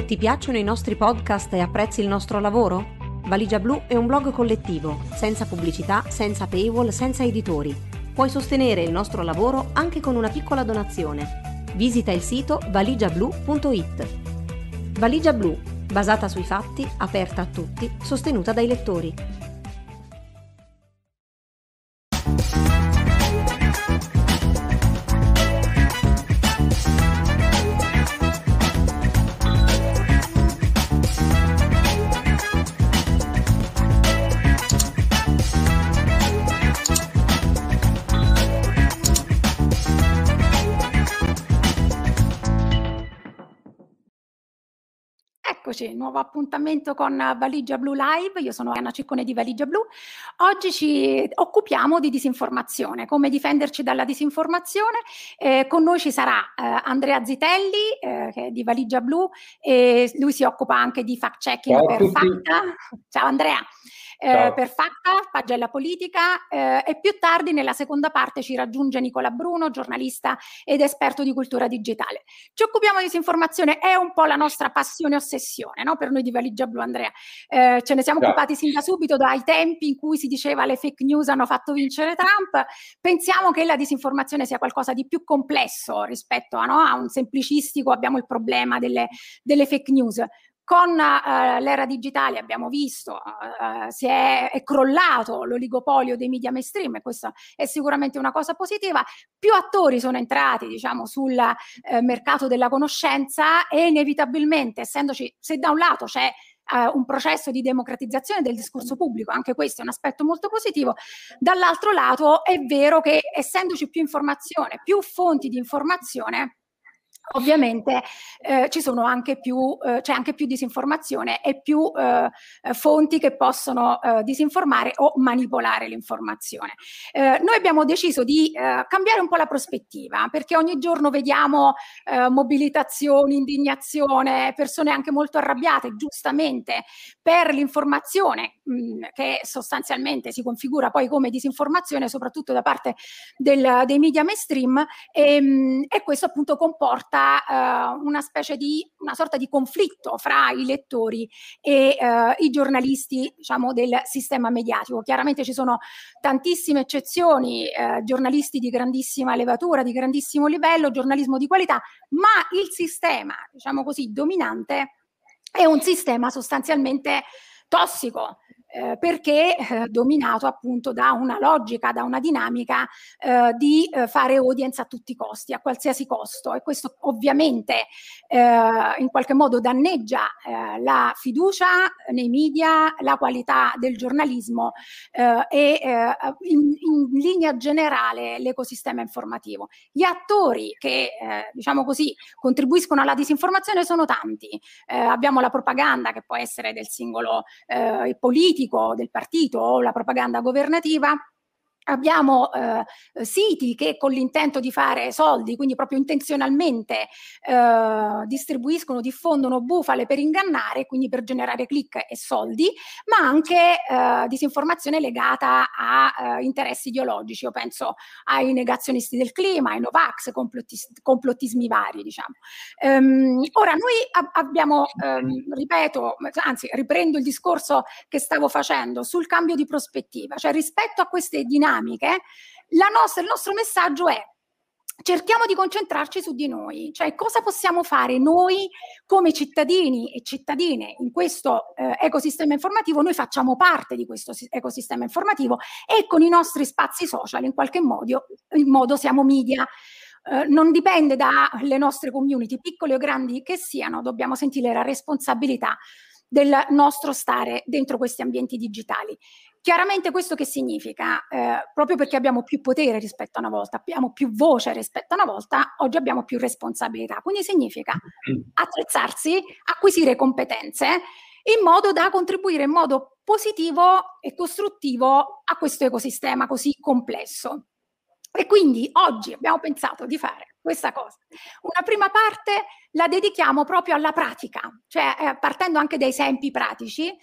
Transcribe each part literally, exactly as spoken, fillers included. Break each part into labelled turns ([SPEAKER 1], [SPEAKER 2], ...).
[SPEAKER 1] Ti piacciono i nostri podcast e apprezzi il nostro lavoro? Valigia Blu è un blog collettivo, senza pubblicità, senza paywall, senza editori. Puoi sostenere il nostro lavoro anche con una piccola donazione. Visita il sito valigia blu punto it. Valigia Blu, basata sui fatti, aperta a tutti, sostenuta dai lettori.
[SPEAKER 2] Eccoci, nuovo appuntamento con Valigia Blu Live. Io sono Anna Ciccone di Valigia Blu. Oggi ci occupiamo di disinformazione, come difenderci dalla disinformazione. Eh, con noi ci sarà eh, Andrea Zitelli, eh, che è di Valigia Blu, e lui si occupa anche di fact checking
[SPEAKER 3] Ciao
[SPEAKER 2] per Facta. Ciao Andrea. Eh, per Facta, Pagella Politica, eh, e più tardi nella seconda parte ci raggiunge Nicola Bruno, giornalista ed esperto di cultura digitale. Ci occupiamo di disinformazione, è un po' la nostra passione e ossessione, no? Per noi di Valigia Blu, Andrea. Eh, ce ne siamo
[SPEAKER 3] Ciao.
[SPEAKER 2] occupati sin da subito, dai tempi in cui si diceva le fake news hanno fatto vincere Trump. Pensiamo che la disinformazione sia qualcosa di più complesso rispetto a, no, a un semplicistico, abbiamo il problema delle, delle fake news. Con uh, l'era digitale abbiamo visto, uh, si è, è crollato l'oligopolio dei media mainstream, e questa è sicuramente una cosa positiva. Più attori sono entrati, diciamo, sul uh, mercato della conoscenza e inevitabilmente, essendoci, se da un lato c'è uh, un processo di democratizzazione del discorso pubblico, anche questo è un aspetto molto positivo, dall'altro lato è vero che essendoci più informazione, più fonti di informazione, ovviamente eh, ci sono anche più, eh, c'è anche più disinformazione e più eh, fonti che possono eh, disinformare o manipolare l'informazione. Eh, noi abbiamo deciso di eh, cambiare un po' la prospettiva, perché ogni giorno vediamo eh, mobilitazioni, indignazione, persone anche molto arrabbiate, giustamente, per l'informazione mh, che sostanzialmente si configura poi come disinformazione, soprattutto da parte del, dei media mainstream, e, mh, e questo appunto comporta Uh, una specie di una sorta di conflitto fra i lettori e uh, i giornalisti, diciamo, del sistema mediatico. Chiaramente ci sono tantissime eccezioni, uh, giornalisti di grandissima levatura, di grandissimo livello, giornalismo di qualità, ma il sistema, diciamo così, dominante è un sistema sostanzialmente tossico. Eh, perché eh, dominato appunto da una logica, da una dinamica eh, di eh, fare audience a tutti i costi, a qualsiasi costo, e questo ovviamente eh, in qualche modo danneggia eh, la fiducia nei media, la qualità del giornalismo eh, e eh, in, in linea generale l'ecosistema informativo. Gli attori che eh, diciamo così contribuiscono alla disinformazione sono tanti. Eh, abbiamo la propaganda, che può essere del singolo eh, politico, del partito, o la propaganda governativa. Abbiamo eh, siti che con l'intento di fare soldi, quindi proprio intenzionalmente eh, distribuiscono, diffondono bufale per ingannare, quindi per generare click e soldi, ma anche eh, disinformazione legata a eh, interessi ideologici. Io penso ai negazionisti del clima, ai Novax, complottis- complottismi vari, diciamo. Ehm, ora noi ab- abbiamo, ehm, ripeto, anzi riprendo il discorso che stavo facendo sul cambio di prospettiva, cioè rispetto a queste dinamiche. La nostra, il nostro messaggio è: cerchiamo di concentrarci su di noi, cioè cosa possiamo fare noi come cittadini e cittadine in questo eh, ecosistema informativo. Noi facciamo parte di questo ecosistema informativo e con i nostri spazi social in qualche modo, in modo siamo media. Uh, non dipende dalle nostre community, piccole o grandi che siano, dobbiamo sentire la responsabilità del nostro stare dentro questi ambienti digitali. Chiaramente questo che significa? Eh, proprio perché abbiamo più potere rispetto a una volta, abbiamo più voce rispetto a una volta, oggi abbiamo più responsabilità. Quindi significa attrezzarsi, acquisire competenze in modo da contribuire in modo positivo e costruttivo a questo ecosistema così complesso. E quindi oggi abbiamo pensato di fare questa cosa. Una prima parte la dedichiamo proprio alla pratica, cioè eh, partendo anche da esempi pratici,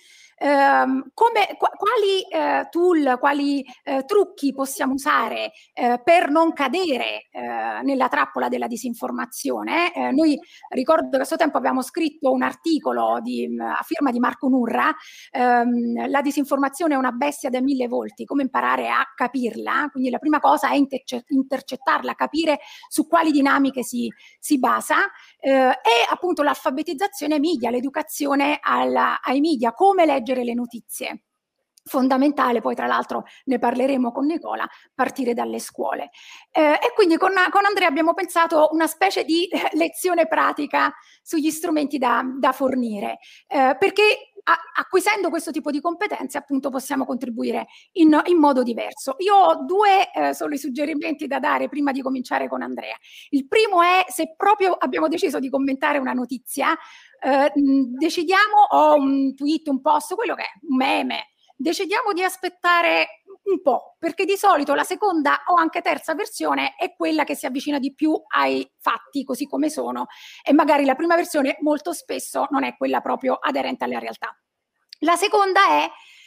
[SPEAKER 2] ehm, come, qu- quali eh, tool, quali eh, trucchi possiamo usare eh, per non cadere eh, nella trappola della disinformazione. Eh, noi ricordo che a suo tempo abbiamo scritto un articolo di, a firma di Marco Nurra, ehm, la disinformazione è una bestia da mille volti, come imparare a capirla, quindi la prima cosa è interce- intercettarla, capire su quali dinamiche si, si basa, eh, e appunto l'alfabetizzazione media, l'educazione alla, ai media, come leggere le notizie. Fondamentale, poi tra l'altro ne parleremo con Nicola, partire dalle scuole. Eh, e quindi con, con Andrea abbiamo pensato una specie di eh, lezione pratica sugli strumenti da, da fornire, eh, perché a, acquisendo questo tipo di competenze appunto possiamo contribuire in, in modo diverso. Io ho due eh, solo i suggerimenti da dare prima di cominciare con Andrea. Il primo è, se proprio abbiamo deciso di commentare una notizia, eh, decidiamo, o un tweet, un post, quello che è, un meme, decidiamo di aspettare un po', perché di solito la seconda o anche terza versione è quella che si avvicina di più ai fatti così come sono, e magari la prima versione molto spesso non è quella proprio aderente alla realtà. La seconda è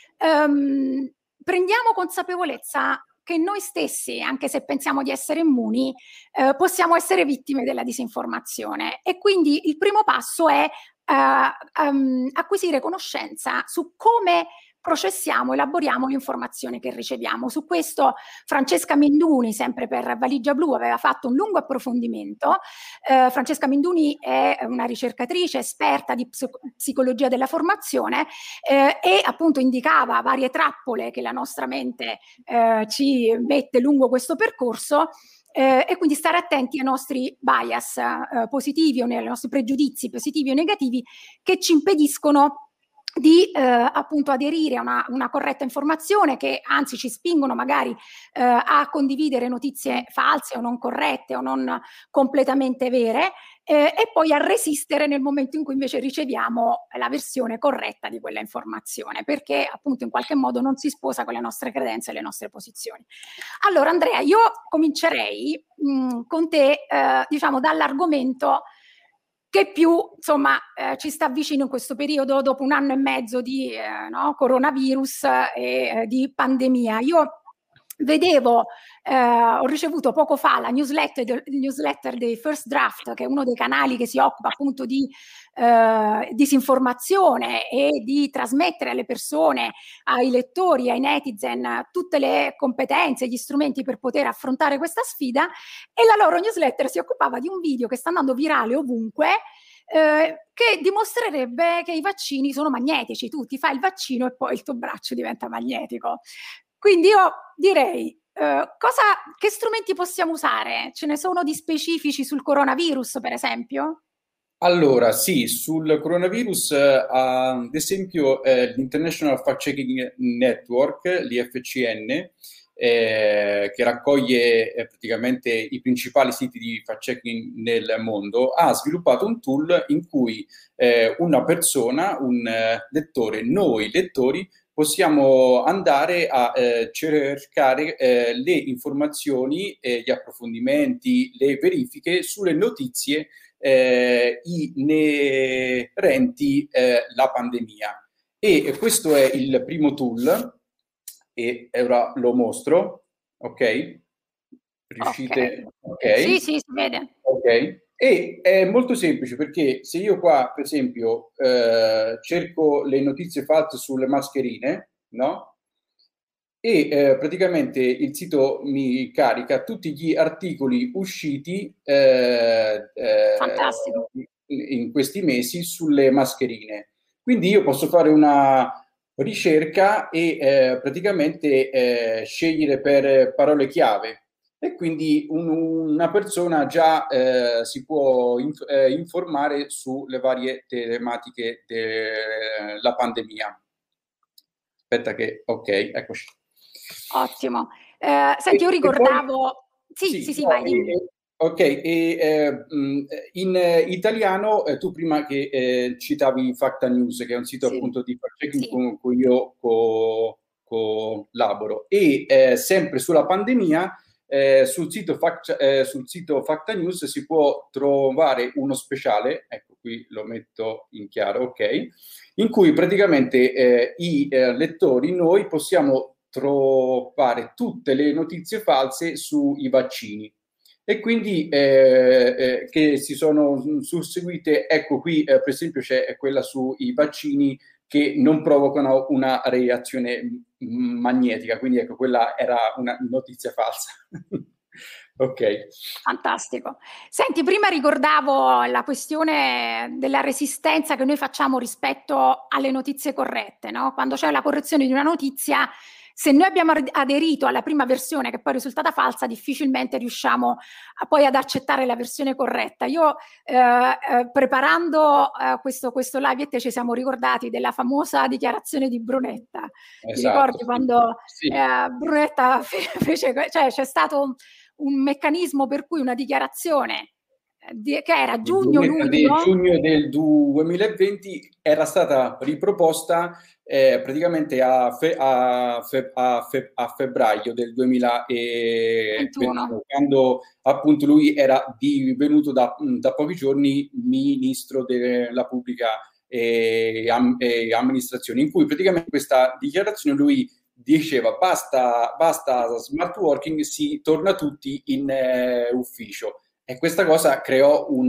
[SPEAKER 2] um, prendiamo consapevolezza che noi stessi, anche se pensiamo di essere immuni, eh, possiamo essere vittime della disinformazione, e quindi il primo passo è uh, um, acquisire conoscenza su come processiamo, elaboriamo l'informazione che riceviamo. Su questo Francesca Menduni, sempre per Valigia Blu, aveva fatto un lungo approfondimento. Eh, Francesca Menduni è una ricercatrice esperta di psicologia della formazione, eh, e appunto indicava varie trappole che la nostra mente eh, ci mette lungo questo percorso. Eh, e quindi stare attenti ai nostri bias eh, positivi o ai nostri pregiudizi positivi o negativi che ci impediscono di eh, appunto aderire a una, una corretta informazione, che anzi ci spingono magari eh, a condividere notizie false o non corrette o non completamente vere, eh, e poi a resistere nel momento in cui invece riceviamo la versione corretta di quella informazione, perché appunto in qualche modo non si sposa con le nostre credenze e le nostre posizioni. Allora Andrea, io comincerei mh, con te eh, diciamo dall'argomento che più insomma eh, ci sta vicino in questo periodo, dopo un anno e mezzo di eh, no, coronavirus e eh, di pandemia. Io vedevo, eh, ho ricevuto poco fa la newsletter, newsletter dei First Draft, che è uno dei canali che si occupa appunto di eh, disinformazione e di trasmettere alle persone, ai lettori, ai netizen, tutte le competenze, gli strumenti per poter affrontare questa sfida, e la loro newsletter si occupava di un video che sta andando virale ovunque, eh, che dimostrerebbe che i vaccini sono magnetici. Tu ti fai il vaccino e poi il tuo braccio diventa magnetico. Quindi io direi, eh, cosa, che strumenti possiamo usare? Ce ne sono di specifici sul coronavirus, per esempio?
[SPEAKER 3] Allora, sì, sul coronavirus, eh, ad esempio, eh, l'International Fact Checking Network, l'I F C N, eh, che raccoglie eh, praticamente i principali siti di fact checking nel mondo, ha sviluppato un tool in cui eh, una persona, un eh, lettore, noi lettori, possiamo andare a eh, cercare eh, le informazioni, eh, gli approfondimenti, le verifiche sulle notizie eh, inerenti eh, la pandemia. E questo è il primo tool, e ora lo mostro, ok? Riuscite?
[SPEAKER 2] Ok,
[SPEAKER 3] okay.
[SPEAKER 2] Sì, sì, si vede.
[SPEAKER 3] Ok. E è molto semplice, perché se io qua, per esempio, eh, cerco le notizie false sulle mascherine, no? E eh, praticamente il sito mi carica tutti gli articoli usciti eh, eh,
[SPEAKER 2] Fantastico.
[SPEAKER 3] in questi mesi sulle mascherine. Quindi io posso fare una ricerca e eh, praticamente eh, scegliere per parole chiave. E quindi un, una persona già eh, si può inf- eh, informare sulle varie tematiche della pandemia. Aspetta che, ok, eccoci.
[SPEAKER 2] Ottimo. Eh, senti, io ricordavo... Poi, sì, sì, sì, sì,
[SPEAKER 3] no,
[SPEAKER 2] vai, dimmi.
[SPEAKER 3] E, ok, e, eh, in eh, italiano, eh, tu prima che eh, citavi Facta News, che è un sito
[SPEAKER 2] Sì.
[SPEAKER 3] appunto di fact checking
[SPEAKER 2] Sì.
[SPEAKER 3] con cui io co- collaboro, e eh, sempre sulla pandemia, eh, sul, sito fact, eh, sul sito Facta News si può trovare uno speciale, ecco qui lo metto in chiaro, ok, in cui praticamente eh, i eh, lettori, noi possiamo trovare tutte le notizie false sui vaccini. E quindi eh, eh, che si sono susseguite, ecco qui eh, per esempio c'è quella sui vaccini che non provocano una reazione magnetica, quindi ecco quella era una notizia falsa. Ok.
[SPEAKER 2] Fantastico. Senti, prima ricordavo la questione della resistenza che noi facciamo rispetto alle notizie corrette, no? Quando c'è la correzione di una notizia, se noi abbiamo aderito alla prima versione che poi è risultata falsa, difficilmente riusciamo a, poi ad accettare la versione corretta. Io eh, eh, preparando eh, questo, questo live e te ci siamo ricordati della famosa dichiarazione di Brunetta.
[SPEAKER 3] Esatto,
[SPEAKER 2] Ti ricordi
[SPEAKER 3] sì.
[SPEAKER 2] quando
[SPEAKER 3] Sì.
[SPEAKER 2] Eh, Brunetta fece, cioè c'è stato un meccanismo per cui una dichiarazione di, che era giugno-luglio
[SPEAKER 3] del giugno del duemilaventi era stata riproposta eh, praticamente a, fe, a, fe, a, fe, a febbraio del duemilaventuno, quando appunto lui era divenuto da, da pochi giorni ministro della pubblica eh, am, eh, amministrazione, in cui praticamente questa dichiarazione lui diceva basta, basta smart working, si torna tutti in eh, ufficio. E questa cosa creò un,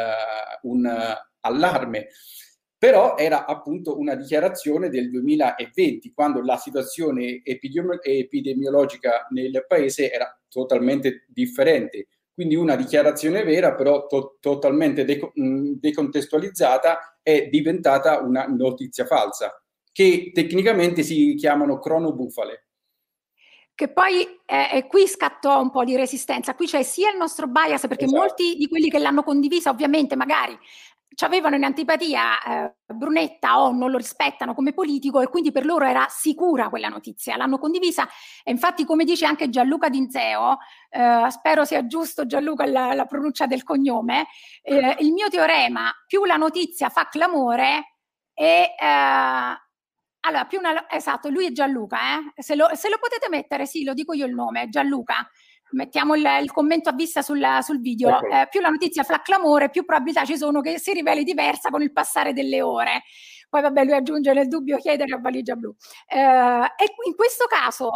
[SPEAKER 3] uh, un uh, allarme, però era appunto una dichiarazione del duemilaventi, quando la situazione epidemi- epidemiologica nel paese era totalmente differente. Quindi una dichiarazione vera, però to- totalmente de- decontestualizzata, è diventata una notizia falsa, che tecnicamente si chiamano cronobufale.
[SPEAKER 2] Che poi eh, qui scattò un po' di resistenza. Qui c'è sia il nostro bias, perché esatto. molti di quelli che l'hanno condivisa ovviamente magari ci avevano in antipatia eh, Brunetta o non lo rispettano come politico, e quindi per loro era sicura quella notizia, l'hanno condivisa. E infatti, come dice anche Gianluca Dinzeo, eh, spero sia giusto Gianluca la, la pronuncia del cognome, eh, il mio teorema, più la notizia fa clamore e... Eh, allora, più una, esatto, lui è Gianluca, eh? se, lo, se lo potete mettere, sì, lo dico io il nome, Gianluca, mettiamo il, il commento a vista sul, sul video, okay. eh, più la notizia fa clamore, più probabilità ci sono che si riveli diversa con il passare delle ore. Poi vabbè, lui aggiunge nel dubbio chiedere a Valigia Blu. Eh, e in questo caso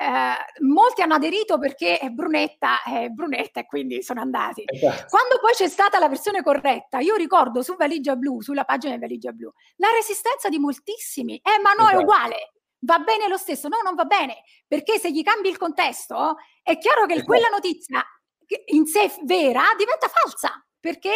[SPEAKER 2] eh, molti hanno aderito perché è Brunetta, è Brunetta e quindi sono andati. Esatto. Quando poi c'è stata la versione corretta, io ricordo su Valigia Blu, sulla pagina di Valigia Blu, la resistenza di moltissimi, eh ma no, esatto. è uguale, va bene lo stesso, no, non va bene, perché se gli cambi il contesto, è chiaro che esatto. quella notizia in sé vera diventa falsa, perché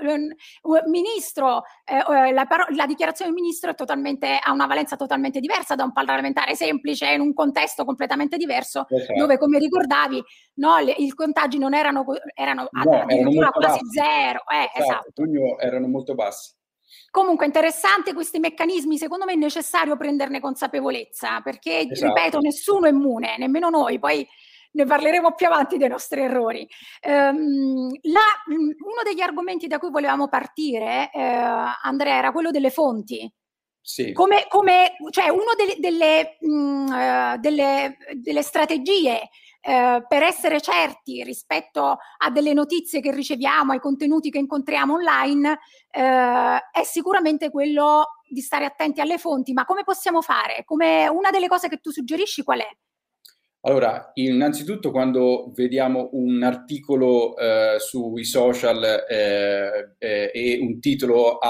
[SPEAKER 2] il ministro, eh, la, la dichiarazione del ministro è totalmente, ha una valenza totalmente diversa da un parlamentare semplice in un contesto completamente diverso, esatto. dove, come ricordavi, no, le, i contagi non erano, erano
[SPEAKER 3] no,
[SPEAKER 2] addirittura
[SPEAKER 3] erano
[SPEAKER 2] quasi
[SPEAKER 3] bassi.
[SPEAKER 2] zero. Eh,
[SPEAKER 3] esatto, esatto. Erano molto bassi.
[SPEAKER 2] Comunque interessante questi meccanismi, secondo me è necessario prenderne consapevolezza, perché, esatto. ripeto, nessuno è immune, nemmeno noi, poi ne parleremo più avanti dei nostri errori. Um, la, uno degli argomenti da cui volevamo partire, eh, Andrea, era quello delle fonti.
[SPEAKER 3] Sì.
[SPEAKER 2] Come, come, cioè, una delle, delle, mh, uh, delle, delle strategie uh, per essere certi rispetto a delle notizie che riceviamo, ai contenuti che incontriamo online, uh, è sicuramente quello di stare attenti alle fonti. Ma come possiamo fare? Come una delle cose che tu suggerisci qual è?
[SPEAKER 3] Allora, innanzitutto quando vediamo un articolo eh, sui social eh, eh, e un titolo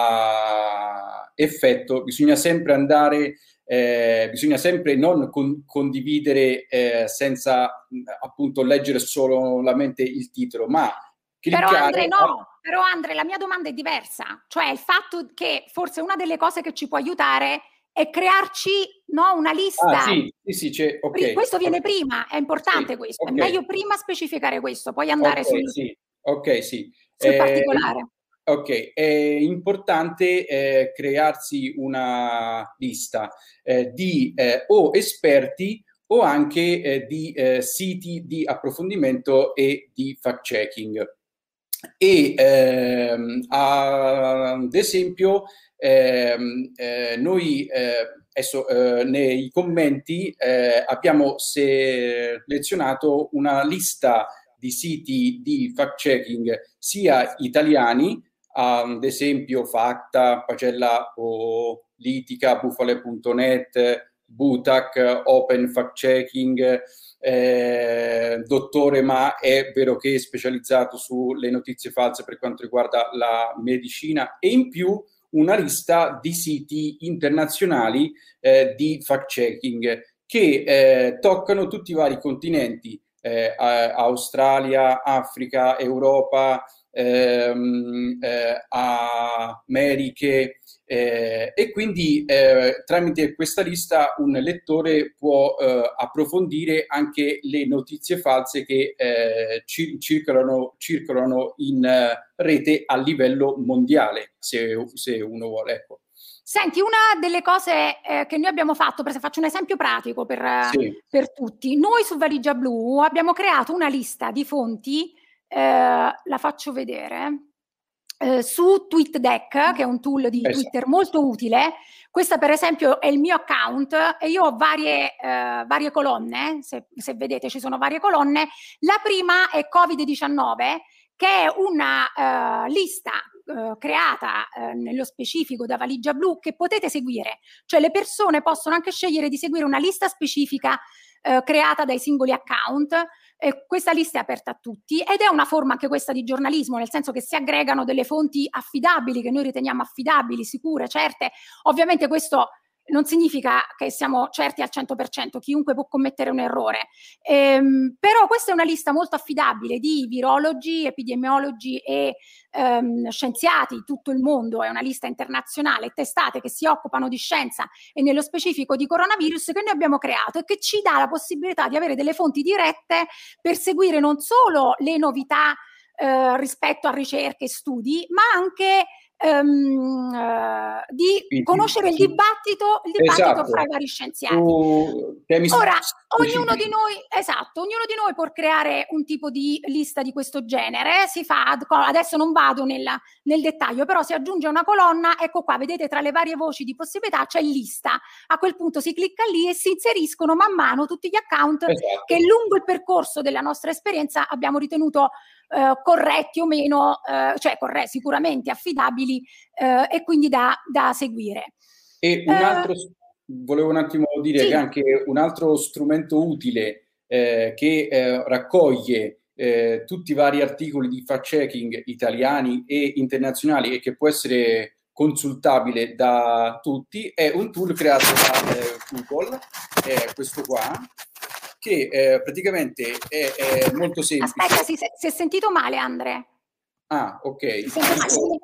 [SPEAKER 3] a effetto, bisogna sempre andare, eh, bisogna sempre non con- condividere eh, senza appunto leggere solamente il titolo, ma cliccare...
[SPEAKER 2] Però Andre no, però Andre la mia domanda è diversa, cioè il fatto che forse una delle cose che ci può aiutare è crearci, no, una lista.
[SPEAKER 3] Ah, sì, sì, sì, c'è, okay.
[SPEAKER 2] Questo viene
[SPEAKER 3] okay.
[SPEAKER 2] prima, è importante sì, questo, okay. È meglio prima specificare questo, poi andare
[SPEAKER 3] okay,
[SPEAKER 2] sul,
[SPEAKER 3] sì. Ok, sì.
[SPEAKER 2] sul
[SPEAKER 3] eh,
[SPEAKER 2] particolare.
[SPEAKER 3] Ok, è importante eh, crearsi una lista eh, di eh, o esperti o anche eh, di eh, siti di approfondimento e di fact-checking. E ehm, ad esempio ehm, eh, noi eh, adesso eh, nei commenti eh, abbiamo selezionato una lista di siti di fact-checking sia italiani ad esempio Facta, Pagella Politica, Bufale punto net, Butac, Open Fact Checking, eh, Dottore Ma è vero che è specializzato sulle notizie false per quanto riguarda la medicina, e in più una lista di siti internazionali eh, di fact checking che eh, toccano tutti i vari continenti, eh, Australia, Africa, Europa, ehm, eh, Americhe, eh, e quindi eh, tramite questa lista un lettore può eh, approfondire anche le notizie false che eh, ci, circolano, circolano in eh, rete a livello mondiale, se, se uno vuole. Ecco.
[SPEAKER 2] Senti, una delle cose eh, che noi abbiamo fatto, per, faccio un esempio pratico per,
[SPEAKER 3] Sì.
[SPEAKER 2] per tutti, noi su Valigia Blu abbiamo creato una lista di fonti, eh, la faccio vedere, eh, su TweetDeck, che è un tool di
[SPEAKER 3] Esatto.
[SPEAKER 2] Twitter molto utile. Questa per esempio è il mio account e io ho varie, eh, varie colonne, se, se vedete ci sono varie colonne. La prima è covid diciannove, che è una uh, lista uh, creata uh, nello specifico da Valigia Blu, che potete seguire, cioè le persone possono anche scegliere di seguire una lista specifica uh, creata dai singoli account. Eh, questa lista è aperta a tutti ed è una forma anche questa di giornalismo, nel senso che si aggregano delle fonti affidabili, che noi riteniamo affidabili, sicure, certe. Ovviamente questo non significa che siamo certi al cento per cento, chiunque può commettere un errore, ehm, però questa è una lista molto affidabile di virologi, epidemiologi e ehm, scienziati di tutto il mondo. È una lista internazionale, testate che si occupano di scienza e nello specifico di coronavirus, che noi abbiamo creato e che ci dà la possibilità di avere delle fonti dirette per seguire non solo le novità eh, rispetto a ricerche e studi, ma anche Um, uh, di conoscere il dibattito, il dibattito
[SPEAKER 3] esatto.
[SPEAKER 2] fra i vari scienziati.
[SPEAKER 3] Uh,
[SPEAKER 2] Ora, ognuno di noi, esatto, ognuno di noi può creare un tipo di lista di questo genere. Si fa, adesso non vado nella, nel dettaglio, però si aggiunge una colonna, ecco qua, vedete tra le varie voci di possibilità c'è lista. A quel punto si clicca lì e si inseriscono man mano tutti gli account, esatto, che lungo il percorso della nostra esperienza abbiamo ritenuto Uh, corretti o meno, uh, cioè corretti, sicuramente affidabili uh, e quindi da, da seguire.
[SPEAKER 3] E un altro, uh, volevo un attimo dire sì. che anche un altro strumento utile eh, che eh, raccoglie eh, tutti i vari articoli di fact-checking italiani e internazionali e che può essere consultabile da tutti è un tool creato da eh, Google, è questo qua, che eh, praticamente è, è molto semplice.
[SPEAKER 2] Aspetta, si, si è sentito male, Andre?
[SPEAKER 3] Ah, ok.
[SPEAKER 2] Si sente male?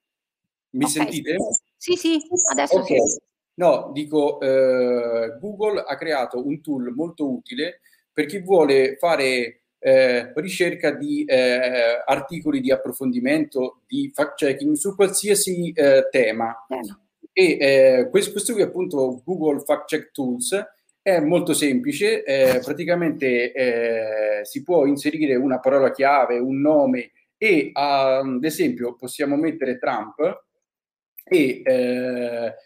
[SPEAKER 3] Mi
[SPEAKER 2] okay.
[SPEAKER 3] sentite?
[SPEAKER 2] Sì, sì, adesso
[SPEAKER 3] okay.
[SPEAKER 2] sì.
[SPEAKER 3] No, dico, eh, Google ha creato un tool molto utile per chi vuole fare eh, ricerca di eh, articoli di approfondimento, di fact-checking su qualsiasi eh, tema.
[SPEAKER 2] Bene.
[SPEAKER 3] E eh, questo, questo qui appunto Google Fact Check Tools è molto semplice, eh, praticamente eh, si può inserire una parola chiave, un nome e ad esempio possiamo mettere Trump e, eh,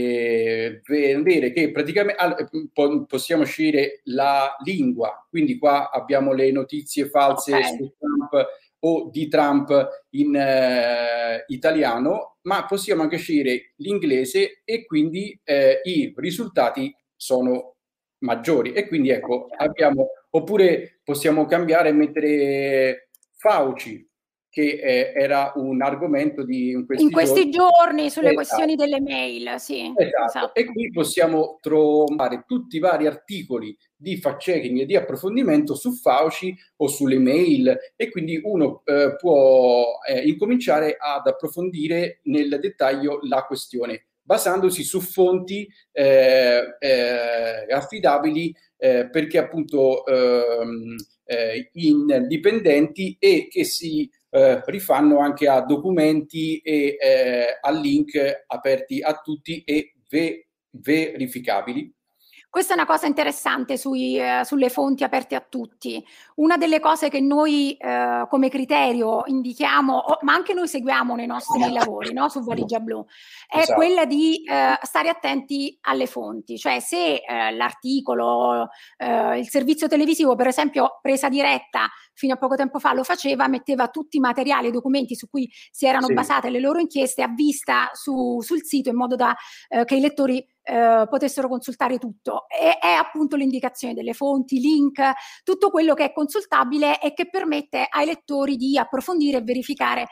[SPEAKER 3] e vedere che praticamente possiamo scegliere la lingua, quindi qua abbiamo le notizie false okay. su Trump o di Trump in eh, italiano, ma possiamo anche scegliere l'inglese e quindi eh, i risultati sono maggiori. E quindi ecco, abbiamo, oppure possiamo cambiare e mettere Fauci, che eh, era un argomento di in questi,
[SPEAKER 2] in questi giorni, giorni sulle
[SPEAKER 3] esatto.
[SPEAKER 2] questioni delle mail, sì.
[SPEAKER 3] Esatto.
[SPEAKER 2] Esatto.
[SPEAKER 3] E qui possiamo trovare tutti i vari articoli di fact-checking e di approfondimento su Fauci o sulle mail, e quindi uno eh, può eh, incominciare ad approfondire nel dettaglio la questione, basandosi su fonti eh, eh, affidabili, eh, perché appunto ehm, eh, indipendenti e che si eh, rifanno anche a documenti e eh, a link aperti a tutti e ve- verificabili.
[SPEAKER 2] Questa è una cosa interessante sui, eh, sulle fonti aperte a tutti. Una delle cose che noi eh, come criterio indichiamo, o, ma anche noi seguiamo nei nostri lavori, no, su Valigia Blu, è
[SPEAKER 3] Esatto.
[SPEAKER 2] quella di eh, stare attenti alle fonti. Cioè se eh, l'articolo, eh, il servizio televisivo, per esempio Presa Diretta, fino a poco tempo fa lo faceva, metteva tutti i materiali e documenti su cui si erano
[SPEAKER 3] Sì.
[SPEAKER 2] basate le loro inchieste a vista su, sul sito, in modo da eh, che i lettori Eh, potessero consultare tutto. E è appunto l'indicazione delle fonti, link, tutto quello che è consultabile e che permette ai lettori di approfondire e verificare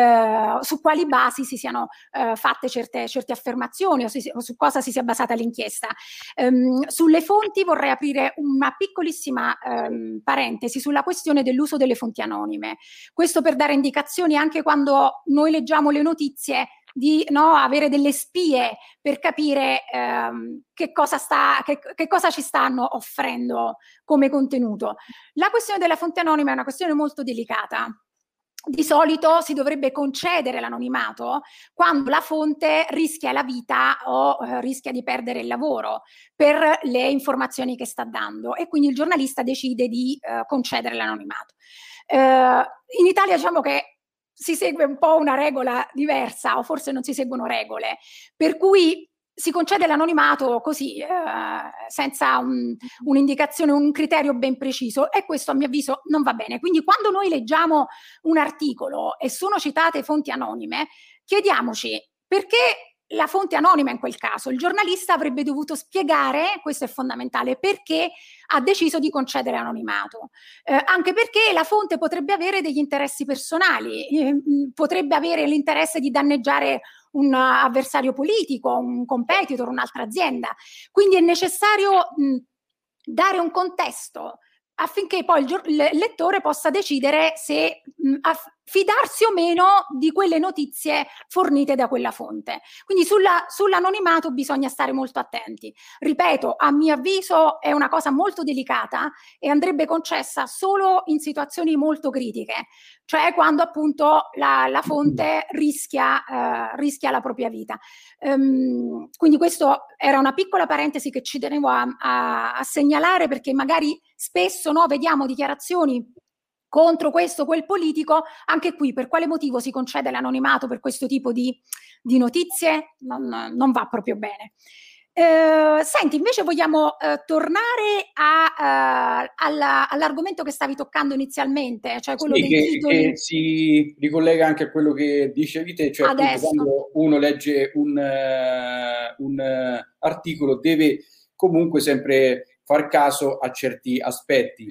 [SPEAKER 2] eh, su quali basi si siano eh, fatte certe, certe affermazioni o, si, o su cosa si sia basata l'inchiesta. Um, sulle fonti vorrei aprire una piccolissima um, parentesi sulla questione dell'uso delle fonti anonime. Questo per dare indicazioni anche quando noi leggiamo le notizie, di no, avere delle spie per capire ehm, che, cosa sta, che, che cosa ci stanno offrendo come contenuto. La questione della fonte anonima è una questione molto delicata. Di solito si dovrebbe concedere l'anonimato quando la fonte rischia la vita o eh, rischia di perdere il lavoro per le informazioni che sta dando, e quindi il giornalista decide di eh, concedere l'anonimato. Eh, in Italia diciamo che si segue un po' una regola diversa, o forse non si seguono regole, per cui si concede l'anonimato così, eh, senza un, un'indicazione, un criterio ben preciso, e questo a mio avviso non va bene. Quindi quando noi leggiamo un articolo e sono citate fonti anonime, chiediamoci perché la fonte anonima in quel caso. Il giornalista avrebbe dovuto spiegare, questo è fondamentale, perché ha deciso di concedere anonimato, eh, anche perché la fonte potrebbe avere degli interessi personali, eh, potrebbe avere l'interesse di danneggiare un avversario politico, un competitor, un'altra azienda. Quindi è necessario mh, dare un contesto affinché poi il, il lettore possa decidere se mh, fidarsi o meno di quelle notizie fornite da quella fonte. Quindi sulla, sull'anonimato bisogna stare molto attenti. Ripeto, a mio avviso è una cosa molto delicata e andrebbe concessa solo in situazioni molto critiche, cioè quando appunto la, la fonte rischia, eh, rischia la propria vita. Um, quindi questo era una piccola parentesi che ci tenevo a, a, a segnalare, perché magari spesso no, vediamo dichiarazioni contro questo o quel politico. Anche qui, per quale motivo si concede l'anonimato per questo tipo di, di notizie? Non, non va proprio bene. Eh, senti, invece vogliamo eh, tornare a, uh, alla, all'argomento che stavi toccando inizialmente, cioè quello
[SPEAKER 3] sì,
[SPEAKER 2] dei
[SPEAKER 3] che,
[SPEAKER 2] titoli.
[SPEAKER 3] Che si ricollega anche a quello che dicevi te, cioè appunto, quando uno legge un, uh, un uh, articolo deve comunque sempre far caso a certi aspetti.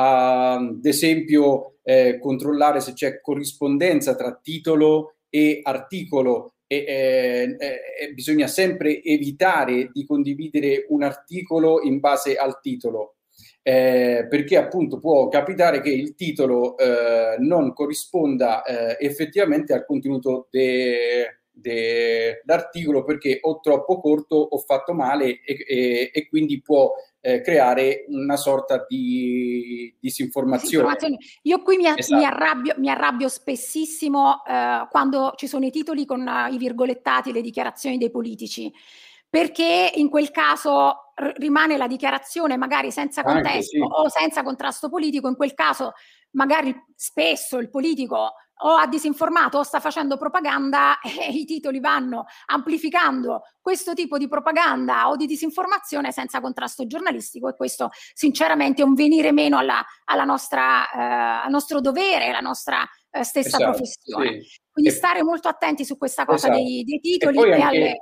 [SPEAKER 3] Ad esempio, eh, controllare se c'è corrispondenza tra titolo e articolo, e eh, eh, bisogna sempre evitare di condividere un articolo in base al titolo, eh, perché appunto può capitare che il titolo eh, non corrisponda eh, effettivamente al contenuto de dell'articolo, perché o troppo corto o fatto male, e, e, e quindi può eh, creare una sorta di disinformazione.
[SPEAKER 2] Io qui mi, esatto. mi, arrabbio, mi arrabbio spessissimo eh, quando ci sono i titoli con uh, i virgolettati, le dichiarazioni dei politici, perché in quel caso rimane la dichiarazione magari senza contesto, anche, sì, o senza contrasto politico. In quel caso magari spesso il politico o ha disinformato o sta facendo propaganda, e i titoli vanno amplificando questo tipo di propaganda o di disinformazione senza contrasto giornalistico, e questo sinceramente è un venire meno alla, alla nostra, eh, al nostro dovere, alla nostra eh, stessa, esatto, professione. Sì. Quindi e, stare molto attenti su questa cosa, esatto, dei, dei titoli e, e
[SPEAKER 3] anche...
[SPEAKER 2] alle...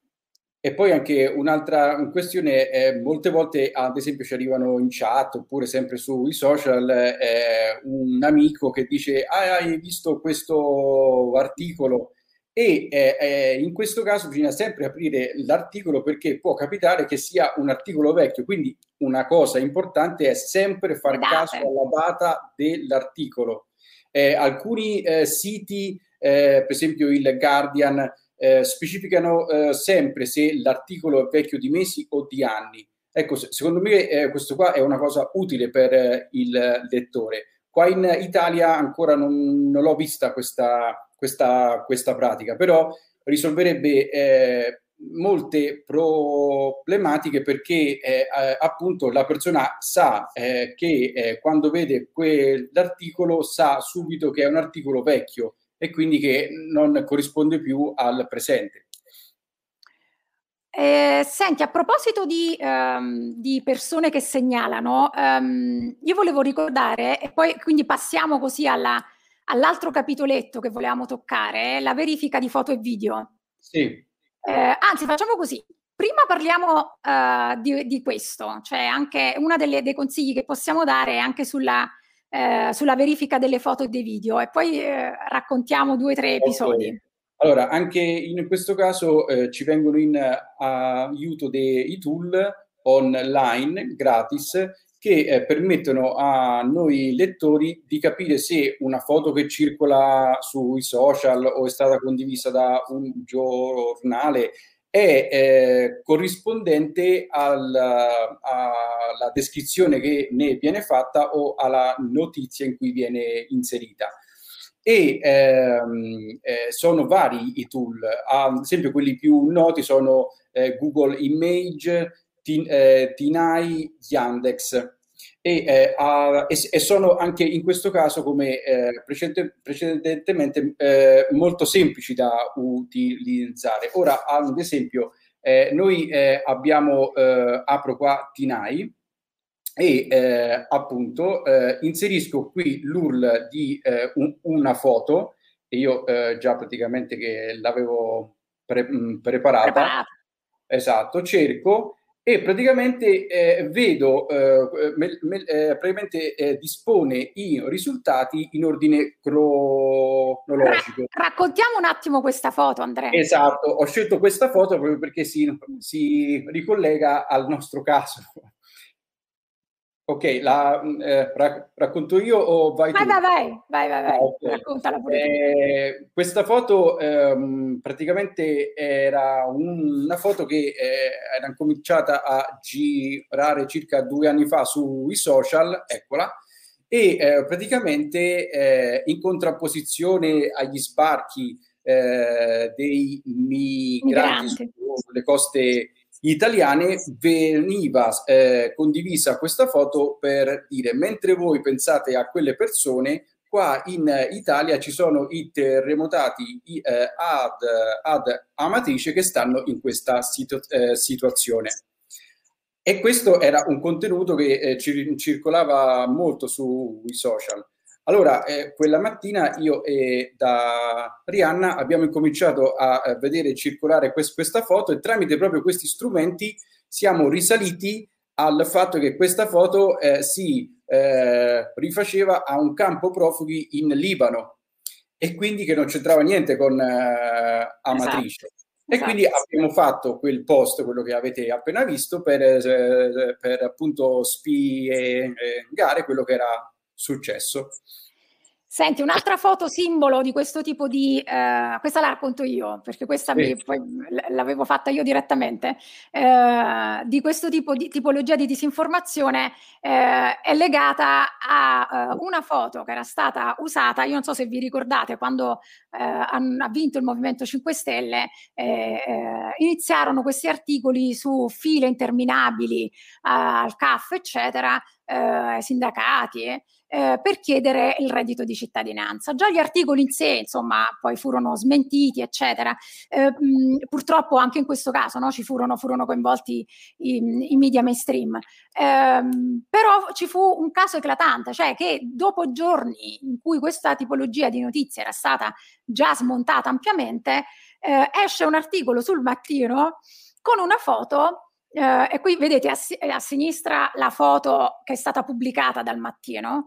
[SPEAKER 3] E poi anche un'altra questione, eh, molte volte ad esempio ci arrivano in chat oppure sempre sui social eh, un amico che dice ah, hai visto questo articolo, e eh, eh, in questo caso bisogna sempre aprire l'articolo, perché può capitare che sia un articolo vecchio, quindi una cosa importante è sempre far caso alla data dell'articolo. Eh, alcuni eh, siti, eh, per esempio il Guardian, Eh, specificano eh, sempre se l'articolo è vecchio di mesi o di anni. Ecco, secondo me eh, questo qua è una cosa utile per eh, il lettore. Qua in Italia ancora non, non l'ho vista questa, questa, questa pratica, però risolverebbe eh, molte problematiche perché eh, appunto la persona sa eh, che eh, quando vede quell'articolo sa subito che è un articolo vecchio e quindi che non corrisponde più al presente.
[SPEAKER 2] Eh, senti, a proposito di, um, di persone che segnalano, um, io volevo ricordare, e poi quindi passiamo così alla, all'altro capitoletto che volevamo toccare, la verifica di foto e video.
[SPEAKER 3] Sì.
[SPEAKER 2] Eh, anzi, facciamo così. Prima parliamo uh, di, di questo, cioè anche uno dei consigli che possiamo dare è anche sulla, eh, sulla verifica delle foto e dei video, e poi eh, raccontiamo due o tre episodi.
[SPEAKER 3] Okay. Allora, anche in questo caso eh, ci vengono in uh, aiuto dei tool online gratis che eh, permettono a noi lettori di capire se una foto che circola sui social o è stata condivisa da un giornale è eh, corrispondente al, alla descrizione che ne viene fatta o alla notizia in cui viene inserita. E ehm, eh, sono vari i tool, ad esempio quelli più noti sono eh, Google Image, Tin, eh, Tinai, Yandex e, eh, a, e, e sono anche in questo caso come eh, precedente, precedentemente eh, molto semplici da utilizzare. Ora ad esempio eh, noi eh, abbiamo, eh, apro qua Tinai e eh, appunto eh, inserisco qui l'U R L di eh, un, una foto e io eh, già praticamente che l'avevo pre mh, preparata.
[SPEAKER 2] Preparata.
[SPEAKER 3] Esatto, cerco e praticamente eh, vedo eh, me, me, eh, praticamente eh, dispone i risultati in ordine cronologico.
[SPEAKER 2] Ra raccontiamo un attimo questa foto, Andrea.
[SPEAKER 3] Esatto, ho scelto questa foto proprio perché si, si ricollega al nostro caso. Ok, la eh, rac racconto io o vai,
[SPEAKER 2] vai
[SPEAKER 3] tu?
[SPEAKER 2] Vai, vai, vai, vai, vai.
[SPEAKER 3] Ah, okay.
[SPEAKER 2] Raccontala pure
[SPEAKER 3] eh, tu. Questa foto ehm, praticamente era un, una foto che eh, era cominciata a girare circa due anni fa sui social, eccola, e eh, praticamente eh, in contrapposizione agli sbarchi eh, dei migranti, migranti. sulle coste italiane veniva eh, condivisa questa foto per dire mentre voi pensate a quelle persone qua in Italia ci sono i terremotati i, eh, ad, ad Amatrice che stanno in questa situ eh, situazione e questo era un contenuto che eh, cir circolava molto sui social. Allora, eh, quella mattina io e da Rihanna abbiamo incominciato a, a vedere circolare quest questa foto e tramite proprio questi strumenti siamo risaliti al fatto che questa foto eh, si eh, rifaceva a un campo profughi in Libano e quindi che non c'entrava niente con eh, Amatrice. Esatto. E esatto. Quindi abbiamo fatto quel post, quello che avete appena visto, per, eh, per appunto spiegare quello che era successo.
[SPEAKER 2] Senti, un'altra foto simbolo di questo tipo di, eh, questa la racconto io, perché questa sì. l'avevo fatta io direttamente, eh, di questo tipo di tipologia di disinformazione eh, è legata a uh, una foto che era stata usata, io non so se vi ricordate, quando eh, ha vinto il Movimento cinque Stelle, eh, eh, iniziarono questi articoli su file interminabili uh, al C A F, eccetera, eh, sindacati, eh, Eh, per chiedere il reddito di cittadinanza. Già gli articoli in sé, insomma, poi furono smentiti, eccetera. Eh, mh, purtroppo anche in questo caso no, ci furono, furono coinvolti i, i media mainstream. Eh, però ci fu un caso eclatante, cioè che dopo giorni in cui questa tipologia di notizia era stata già smontata ampiamente, eh, esce un articolo sul Mattino con una foto. Uh, e qui vedete a, a sinistra la foto che è stata pubblicata dal Mattino,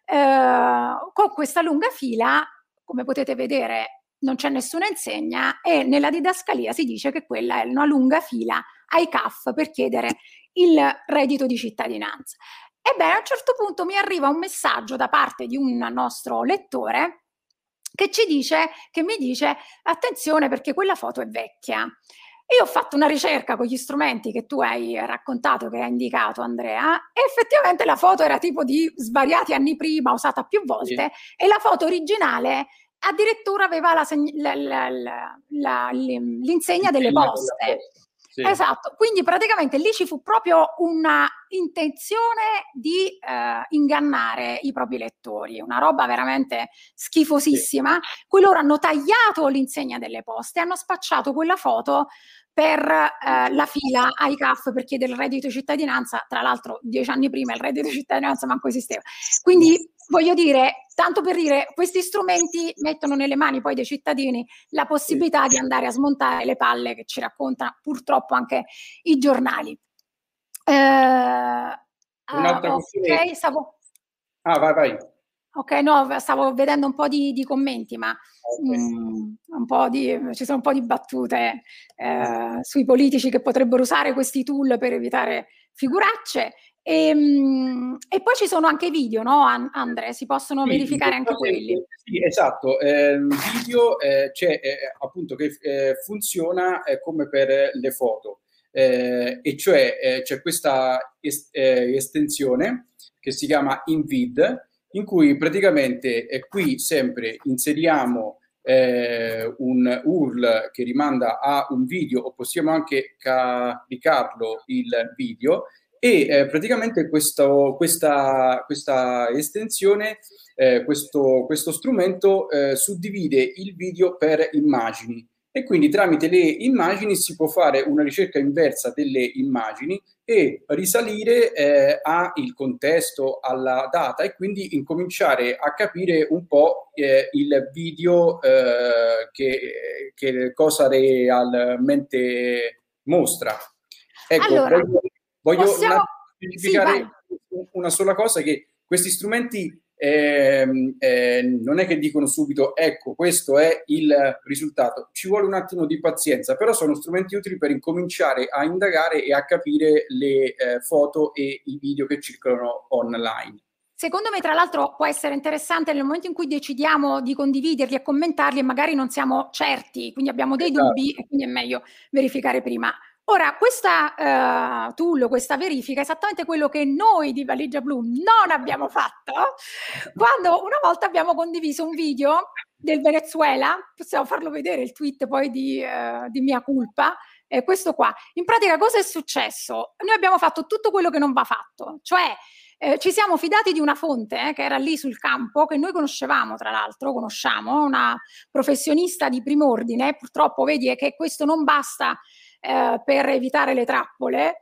[SPEAKER 2] uh, con questa lunga fila, come potete vedere non c'è nessuna insegna e nella didascalia si dice che quella è una lunga fila ai C A F per chiedere il reddito di cittadinanza. Ebbene, a un certo punto mi arriva un messaggio da parte di un nostro lettore che ci dice, che mi dice attenzione perché quella foto è vecchia. Io ho fatto una ricerca con gli strumenti che tu hai raccontato, che hai indicato, Andrea, e effettivamente la foto era tipo di svariati anni prima, usata più volte, sì. E la foto originale addirittura aveva la seg- la- la- la- la- l'insegna delle poste. Sì. Esatto, quindi praticamente lì ci fu proprio una intenzione di eh, ingannare i propri lettori, una roba veramente schifosissima. Sì. Cui loro hanno tagliato l'insegna delle poste e hanno spacciato quella foto per eh, la fila ai C A F per chiedere il reddito di cittadinanza. Tra l'altro dieci anni prima il reddito di cittadinanza manco esisteva. Quindi voglio dire, tanto per dire, questi strumenti mettono nelle mani poi dei cittadini la possibilità di andare a smontare le palle che ci raccontano purtroppo anche i giornali. Eh,
[SPEAKER 3] Un'altra
[SPEAKER 2] uh,
[SPEAKER 3] questione.
[SPEAKER 2] Ok, stavo...
[SPEAKER 3] Ah, vai, vai.
[SPEAKER 2] Ok, no, stavo vedendo un po' di, di commenti, ma okay. mh, un po' di, ci sono un po' di battute eh, sui politici che potrebbero usare questi tool per evitare figuracce. E, mh, e poi ci sono anche video, no, Andre? Si possono sì, verificare anche quelli.
[SPEAKER 3] Sì, esatto. Eh, video eh, c'è eh, appunto che eh, funziona eh, come per le foto, eh, e cioè eh, c'è questa est- eh, estensione che si chiama InVid, in cui praticamente eh, qui sempre inseriamo eh, un U R L che rimanda a un video, o possiamo anche caricarlo il video, e eh, praticamente questo, questa, questa estensione, eh, questo, questo strumento eh, suddivide il video per immagini, e quindi tramite le immagini si può fare una ricerca inversa delle immagini e risalire eh, al contesto, alla data, e quindi incominciare a capire un po' eh, il video eh, che, che cosa realmente mostra. Ecco,
[SPEAKER 2] allora,
[SPEAKER 3] voglio, voglio
[SPEAKER 2] possiamo...
[SPEAKER 3] specificare sì, una sola cosa, che questi strumenti Eh, eh, non è che dicono subito ecco questo è il risultato, ci vuole un attimo di pazienza, però sono strumenti utili per incominciare a indagare e a capire le eh, foto e i video che circolano online.
[SPEAKER 2] Secondo me, tra l'altro, può essere interessante nel momento in cui decidiamo di condividerli e commentarli e magari non siamo certi, quindi abbiamo dei esatto. dubbi, e quindi è meglio verificare prima. Ora, questa uh, tool, questa verifica è esattamente quello che noi di Valigia Blu non abbiamo fatto quando una volta abbiamo condiviso un video del Venezuela. Possiamo farlo vedere il tweet poi di, uh, di Mia Culpa, eh, questo qua. In pratica cosa è successo? Noi abbiamo fatto tutto quello che non va fatto, cioè eh, ci siamo fidati di una fonte eh, che era lì sul campo, che noi conoscevamo, tra l'altro, conosciamo, una professionista di prim'ordine. Purtroppo vedi è che questo non basta Eh, per evitare le trappole,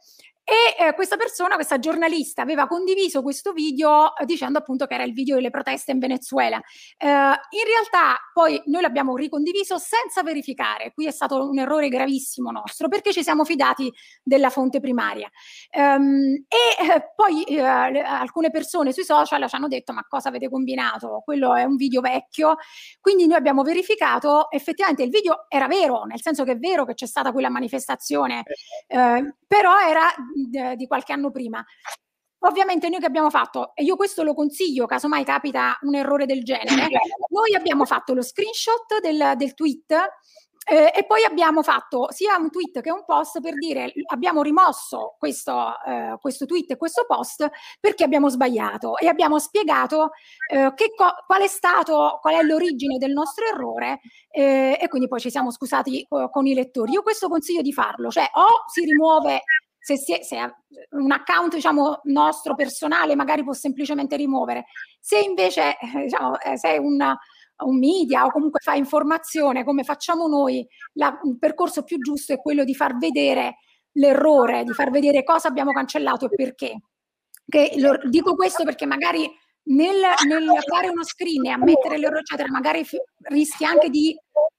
[SPEAKER 2] e eh, questa persona, questa giornalista, aveva condiviso questo video eh, dicendo appunto che era il video delle proteste in Venezuela. Eh, in realtà poi noi l'abbiamo ricondiviso senza verificare. Qui è stato un errore gravissimo nostro, perché ci siamo fidati della fonte primaria. Um, e eh, poi eh, le, alcune persone sui social ci hanno detto: ma cosa avete combinato? Quello è un video vecchio. Quindi noi abbiamo verificato, effettivamente il video era vero, nel senso che è vero che c'è stata quella manifestazione, eh, però era di qualche anno prima. Ovviamente noi che abbiamo fatto, e io questo lo consiglio casomai capita un errore del genere, noi abbiamo fatto lo screenshot del, del tweet eh, e poi abbiamo fatto sia un tweet che un post per dire abbiamo rimosso questo, eh, questo tweet e questo post perché abbiamo sbagliato, e abbiamo spiegato eh, che qual è stato, qual è l'origine del nostro errore, eh, e quindi poi ci siamo scusati co- con i lettori. Io questo consiglio di farlo, cioè o si rimuove. Se, si è, se è un account, diciamo, nostro personale, magari può semplicemente rimuovere. Se invece eh, diciamo, eh, sei un, un media o comunque fai informazione come facciamo noi, la, il percorso più giusto è quello di far vedere l'errore, di far vedere cosa abbiamo cancellato e perché. Che, lo, dico questo perché magari nel, nel fare uno screen e ammettere l'errore, eccetera, magari fi, rischi anche di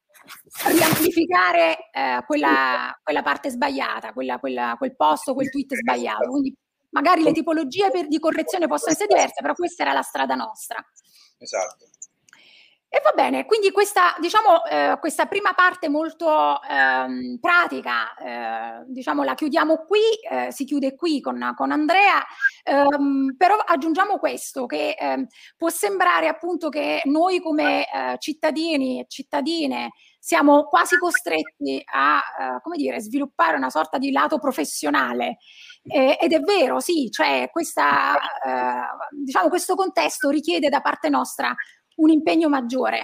[SPEAKER 2] riamplificare eh, quella, quella parte sbagliata, quella, quella, quel post, quel tweet sbagliato. Quindi magari le tipologie per, di correzione possono essere diverse, però questa era la strada nostra.
[SPEAKER 3] Esatto.
[SPEAKER 2] E va bene, quindi questa, diciamo, eh, questa prima parte molto ehm, pratica, eh, diciamo, la chiudiamo qui, eh, si chiude qui con, con Andrea, ehm, però aggiungiamo questo, che eh, può sembrare appunto che noi come eh, cittadini e cittadine siamo quasi costretti a, eh, come dire, sviluppare una sorta di lato professionale, eh, ed è vero, sì, cioè questa, eh, diciamo, questo contesto richiede da parte nostra un impegno maggiore.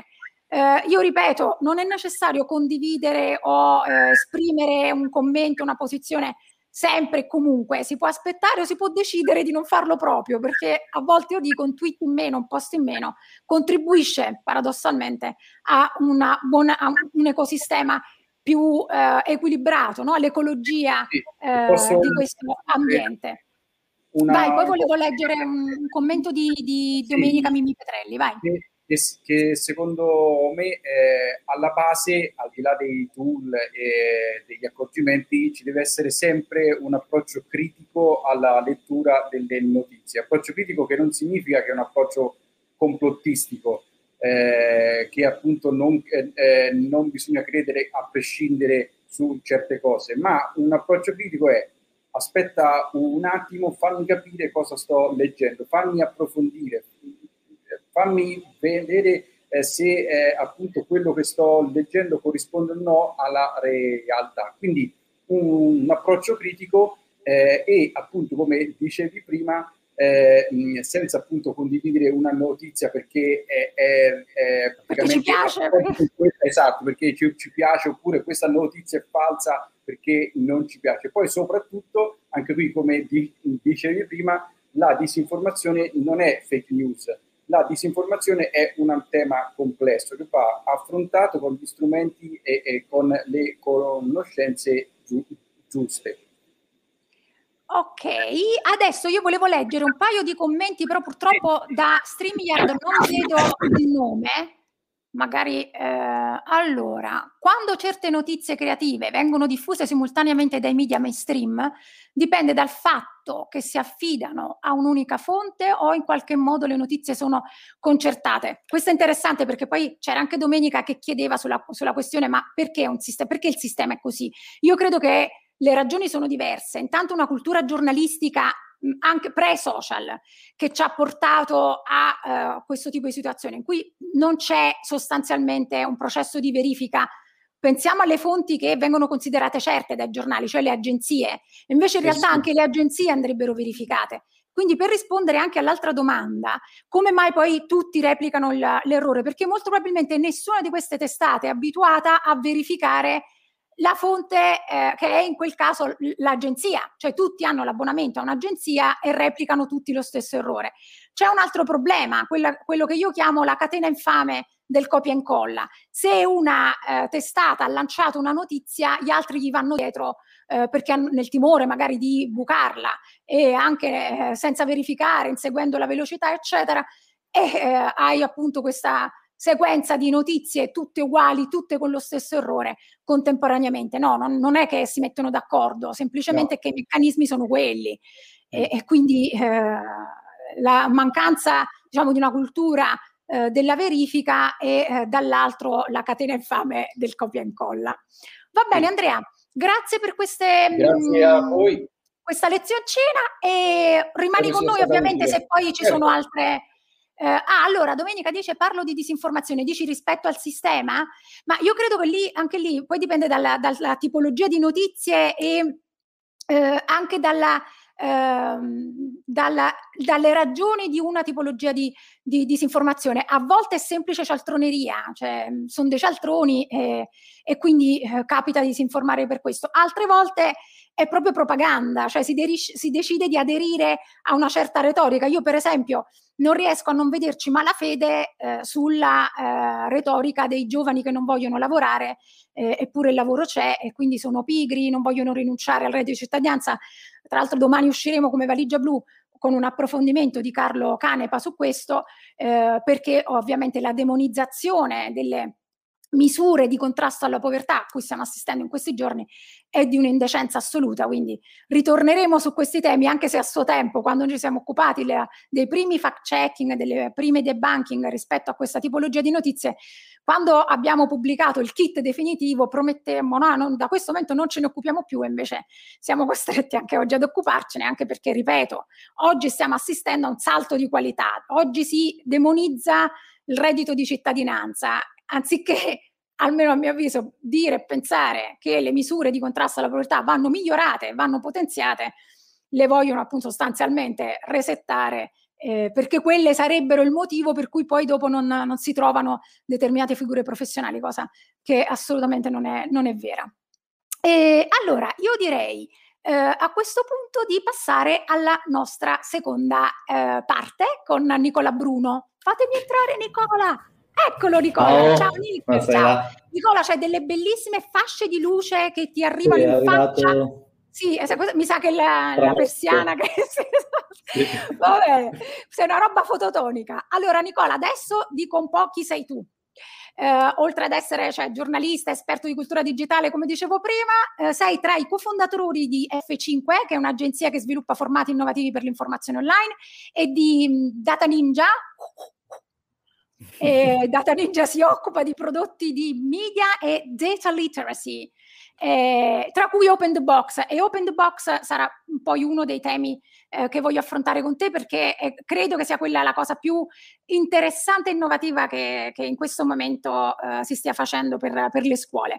[SPEAKER 2] Eh, io ripeto, non è necessario condividere o eh, esprimere un commento, una posizione sempre e comunque, si può aspettare o si può decidere di non farlo proprio, perché a volte io dico un tweet in meno, un post in meno, contribuisce paradossalmente a, una buona, a un ecosistema più eh, equilibrato, no? All'ecologia
[SPEAKER 3] Sì,
[SPEAKER 2] eh,
[SPEAKER 3] posso
[SPEAKER 2] di questo ambiente. Vai,
[SPEAKER 3] una
[SPEAKER 2] poi volevo leggere un, un commento di, di Domenica
[SPEAKER 3] sì,
[SPEAKER 2] Mimmi Petrelli, vai.
[SPEAKER 3] che, che- che secondo me eh, alla base, al di là dei tool e degli accorgimenti, ci deve essere sempre un approccio critico alla lettura delle notizie. Approccio critico che non significa che è un approccio complottistico, eh, che appunto non, eh, eh, non bisogna credere a prescindere su certe cose, ma un approccio critico è: aspetta un attimo, fammi capire cosa sto leggendo, fammi approfondire, fammi vedere eh, se eh, appunto quello che sto leggendo corrisponde o no alla realtà. Quindi un, un approccio critico eh, e appunto, come dicevi prima, eh, senza appunto condividere una notizia perché è, è, è
[SPEAKER 2] perché ci piace,
[SPEAKER 3] esatto, perché ci, ci piace, oppure questa notizia è falsa perché non ci piace. Poi soprattutto, anche qui come di, dicevi prima, la disinformazione non è fake news, la disinformazione è un tema complesso che va affrontato con gli strumenti e, e con le conoscenze giu, giuste.
[SPEAKER 2] Ok, adesso io volevo leggere un paio di commenti, però purtroppo da StreamYard non vedo il nome. Magari, eh, allora, quando certe notizie creative vengono diffuse simultaneamente dai media mainstream, dipende dal fatto che si affidano a un'unica fonte o in qualche modo le notizie sono concertate. Questo è interessante perché poi c'era anche Domenica che chiedeva sulla, sulla questione: ma perché, un sistema, perché il sistema è così? Io credo che le ragioni sono diverse. Intanto una cultura giornalistica anche pre-social che ci ha portato a uh, questo tipo di situazione in cui non c'è sostanzialmente un processo di verifica. Pensiamo alle fonti che vengono considerate certe dai giornali, cioè le agenzie. Invece in realtà anche le agenzie andrebbero verificate. Quindi per rispondere anche all'altra domanda, come mai poi tutti replicano l'errore? Perché molto probabilmente nessuna di queste testate è abituata a verificare la fonte eh, che è in quel caso l'agenzia, cioè tutti hanno l'abbonamento a un'agenzia e replicano tutti lo stesso errore. C'è un altro problema, quella, quello che io chiamo la catena infame del copia e incolla. Se una eh, testata ha lanciato una notizia, gli altri gli vanno dietro eh, perché hanno nel timore magari di bucarla e anche eh, senza verificare, inseguendo la velocità, eccetera, e eh, hai appunto questa sequenza di notizie tutte uguali, tutte con lo stesso errore contemporaneamente. No, non, non è che si mettono d'accordo, semplicemente no. Che i meccanismi sono quelli e, e quindi eh, la mancanza, diciamo, di una cultura eh, della verifica e eh, dall'altro la catena infame del copia e incolla. Va bene, Andrea, grazie per queste
[SPEAKER 3] grazie mh, a voi.
[SPEAKER 2] Questa lezioncina e rimani con noi ovviamente se poi ci certo. sono altre. Eh, ah, allora, Domenica dice: parlo di disinformazione, dici rispetto al sistema? Ma io credo che lì, anche lì, poi dipende dalla, dalla tipologia di notizie e eh, anche dalla, eh, dalla, dalle ragioni di una tipologia di, di disinformazione. A volte è semplice cialtroneria, cioè sono dei cialtroni e, e quindi eh, capita di disinformare per questo. Altre volte è proprio propaganda, cioè si, si decide di aderire a una certa retorica. Io per esempio non riesco a non vederci malafede eh, sulla eh, retorica dei giovani che non vogliono lavorare, eh, eppure il lavoro c'è e quindi sono pigri, non vogliono rinunciare al reddito di cittadinanza. Tra l'altro domani usciremo come Valigia Blu con un approfondimento di Carlo Canepa su questo, eh, perché ovviamente la demonizzazione delle misure di contrasto alla povertà a cui stiamo assistendo in questi giorni è di un'indecenza assoluta, quindi ritorneremo su questi temi anche se a suo tempo, quando ci siamo occupati le, dei primi fact checking, delle prime debunking rispetto a questa tipologia di notizie, quando abbiamo pubblicato il kit definitivo promettemmo no, non, da questo momento non ce ne occupiamo più e invece siamo costretti anche oggi ad occuparcene, anche perché, ripeto, oggi stiamo assistendo a un salto di qualità, oggi si demonizza il reddito di cittadinanza, anziché, almeno a mio avviso, dire e pensare che le misure di contrasto alla povertà vanno migliorate, vanno potenziate, le vogliono appunto sostanzialmente resettare eh, perché quelle sarebbero il motivo per cui poi dopo non, non si trovano determinate figure professionali, cosa che assolutamente non è, non è vera. E allora io direi eh, a questo punto di passare alla nostra seconda eh, parte con Nicola Bruno. Fatemi entrare, Nicola! Eccolo Nicola,
[SPEAKER 4] ciao,
[SPEAKER 2] ciao Nick,
[SPEAKER 4] buonasera.
[SPEAKER 2] ciao. Nicola, c'hai delle bellissime fasce di luce che ti arrivano
[SPEAKER 4] sì,
[SPEAKER 2] in
[SPEAKER 4] arrivato...
[SPEAKER 2] faccia. Sì, mi sa che la, la persiana che sì. Vabbè, sei una roba fototonica. Allora Nicola, adesso dico un po' chi sei tu. Eh, oltre ad essere cioè, giornalista, esperto di cultura digitale, come dicevo prima, eh, sei tra i cofondatori di F cinque, che è un'agenzia che sviluppa formati innovativi per l'informazione online, e di mh, Data Ninja. E Data Ninja si occupa di prodotti di media e data literacy, eh, tra cui Open the Box, e Open the Box sarà poi uno dei temi eh, che voglio affrontare con te, perché eh, credo che sia quella la cosa più interessante e innovativa che, che in questo momento eh, si stia facendo per, per le scuole.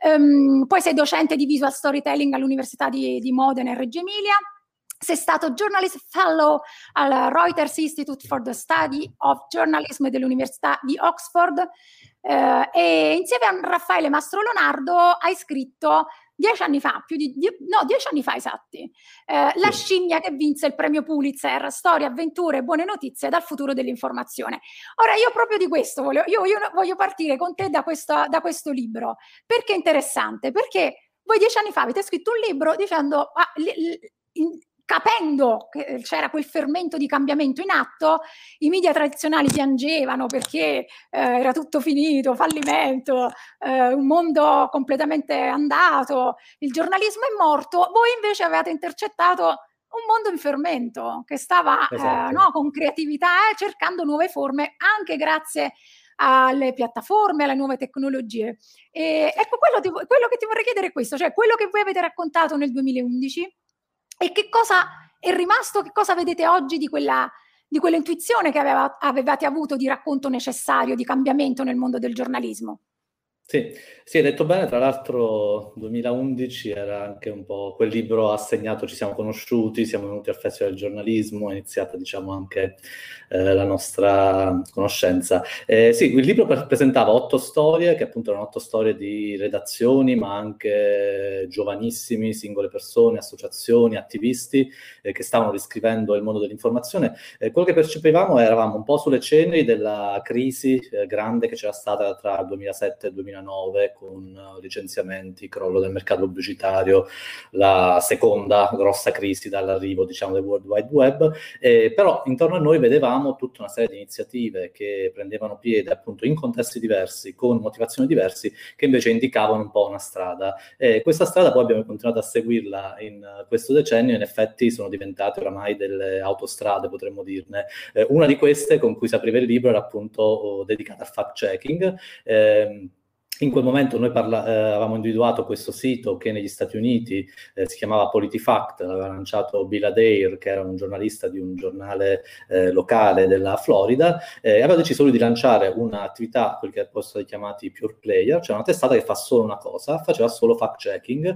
[SPEAKER 2] Um, poi sei docente di visual storytelling all'Università di, di Modena e Reggio Emilia. Sei stato Journalist Fellow al Reuters Institute for the Study of Journalism dell'Università di Oxford, eh, e insieme a Raffaele Mastro Leonardo hai scritto dieci anni fa, più di, no, dieci anni fa esatti, eh, La scimmia che vinse il premio Pulitzer, storie, avventure e buone notizie dal futuro dell'informazione. Ora io proprio di questo voglio, io, io voglio partire con te da questo, da questo libro. Perché è interessante? Perché voi dieci anni fa avete scritto un libro dicendo... Ah, li, li, in, capendo che c'era quel fermento di cambiamento in atto, i media tradizionali piangevano perché eh, era tutto finito, fallimento, eh, un mondo completamente andato, il giornalismo è morto. Voi invece avevate intercettato un mondo in fermento che stava esatto. eh, no, con creatività e eh, cercando nuove forme, anche grazie alle piattaforme, alle nuove tecnologie. E ecco, quello, ti, quello che ti vorrei chiedere è questo, cioè quello che voi avete raccontato nel duemilaundici, e che cosa è rimasto, che cosa vedete oggi di quella, di quell'intuizione che aveva, avevate avuto di racconto necessario, di cambiamento nel mondo del giornalismo?
[SPEAKER 4] Sì, sì, hai detto bene, tra l'altro duemilaundici era anche un po' quel libro assegnato, ci siamo conosciuti, siamo venuti al Festival del Giornalismo, è iniziata diciamo anche eh, la nostra conoscenza. Eh, sì, il libro presentava otto storie, che appunto erano otto storie di redazioni, ma anche giovanissimi, singole persone, associazioni, attivisti eh, che stavano riscrivendo il mondo dell'informazione. Eh, quello che percepivamo eravamo un po' sulle ceneri della crisi eh, grande che c'era stata tra il duemilasette e il duemilanove, con licenziamenti, crollo del mercato pubblicitario, la seconda grossa crisi dall'arrivo diciamo del World Wide Web, eh, però intorno a noi vedevamo tutta una serie di iniziative che prendevano piede appunto in contesti diversi, con motivazioni diverse, che invece indicavano un po' una strada. Eh, questa strada poi abbiamo continuato a seguirla in questo decennio, in effetti sono diventate oramai delle autostrade, potremmo dirne. Eh, una di queste con cui si apriva il libro era appunto oh, dedicata al fact-checking. Eh, In quel momento noi parla- eh, avevamo individuato questo sito che negli Stati Uniti eh, si chiamava PolitiFact, l'aveva lanciato Bill Adair, che era un giornalista di un giornale eh, locale della Florida, e eh, aveva deciso lui di lanciare un'attività, quelli che possono essere chiamati pure player, cioè una testata che fa solo una cosa, faceva solo fact-checking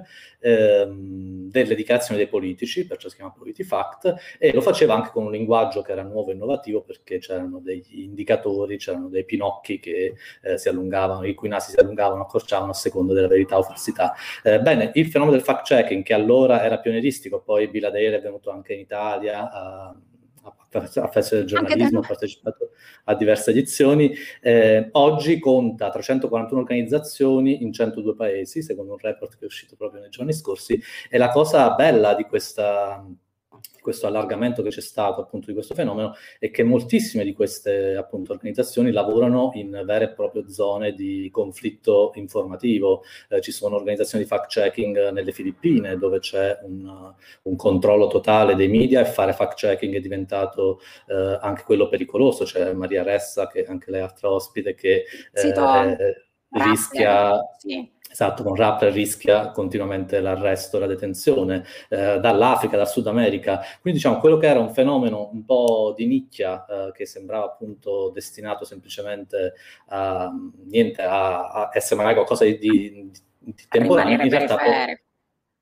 [SPEAKER 4] ehm, delle dichiarazioni dei politici, perciò si chiama PolitiFact, e lo faceva anche con un linguaggio che era nuovo e innovativo, perché c'erano degli indicatori, c'erano dei pinocchi che eh, si allungavano, i cui nasi si allungavano, accorciavano a seconda della verità o falsità. Eh, bene, il fenomeno del fact-checking, che allora era pionieristico, poi Bill Adair è venuto anche in Italia a, a Festival del Giornalismo, ha partecipato a diverse edizioni, eh, oggi conta trecentoquarantuno organizzazioni in centodue paesi, secondo un report che è uscito proprio nei giorni scorsi, e la cosa bella di questa... questo allargamento che c'è stato appunto di questo fenomeno è che moltissime di queste appunto organizzazioni lavorano in vere e proprie zone di conflitto informativo. Eh, ci sono organizzazioni di fact-checking nelle Filippine, dove c'è un, un controllo totale dei media, e fare fact-checking è diventato eh, anche quello pericoloso. C'è Maria Ressa, che anche lei è altra ospite, che eh, rischia... Sì. Esatto, con Rappler rischia continuamente l'arresto e la detenzione eh, dall'Africa, dal Sud America. Quindi diciamo quello che era un fenomeno un po' di nicchia eh, che sembrava appunto destinato semplicemente a niente, a, a essere magari qualcosa di, di, di temporaneo, in realtà poi,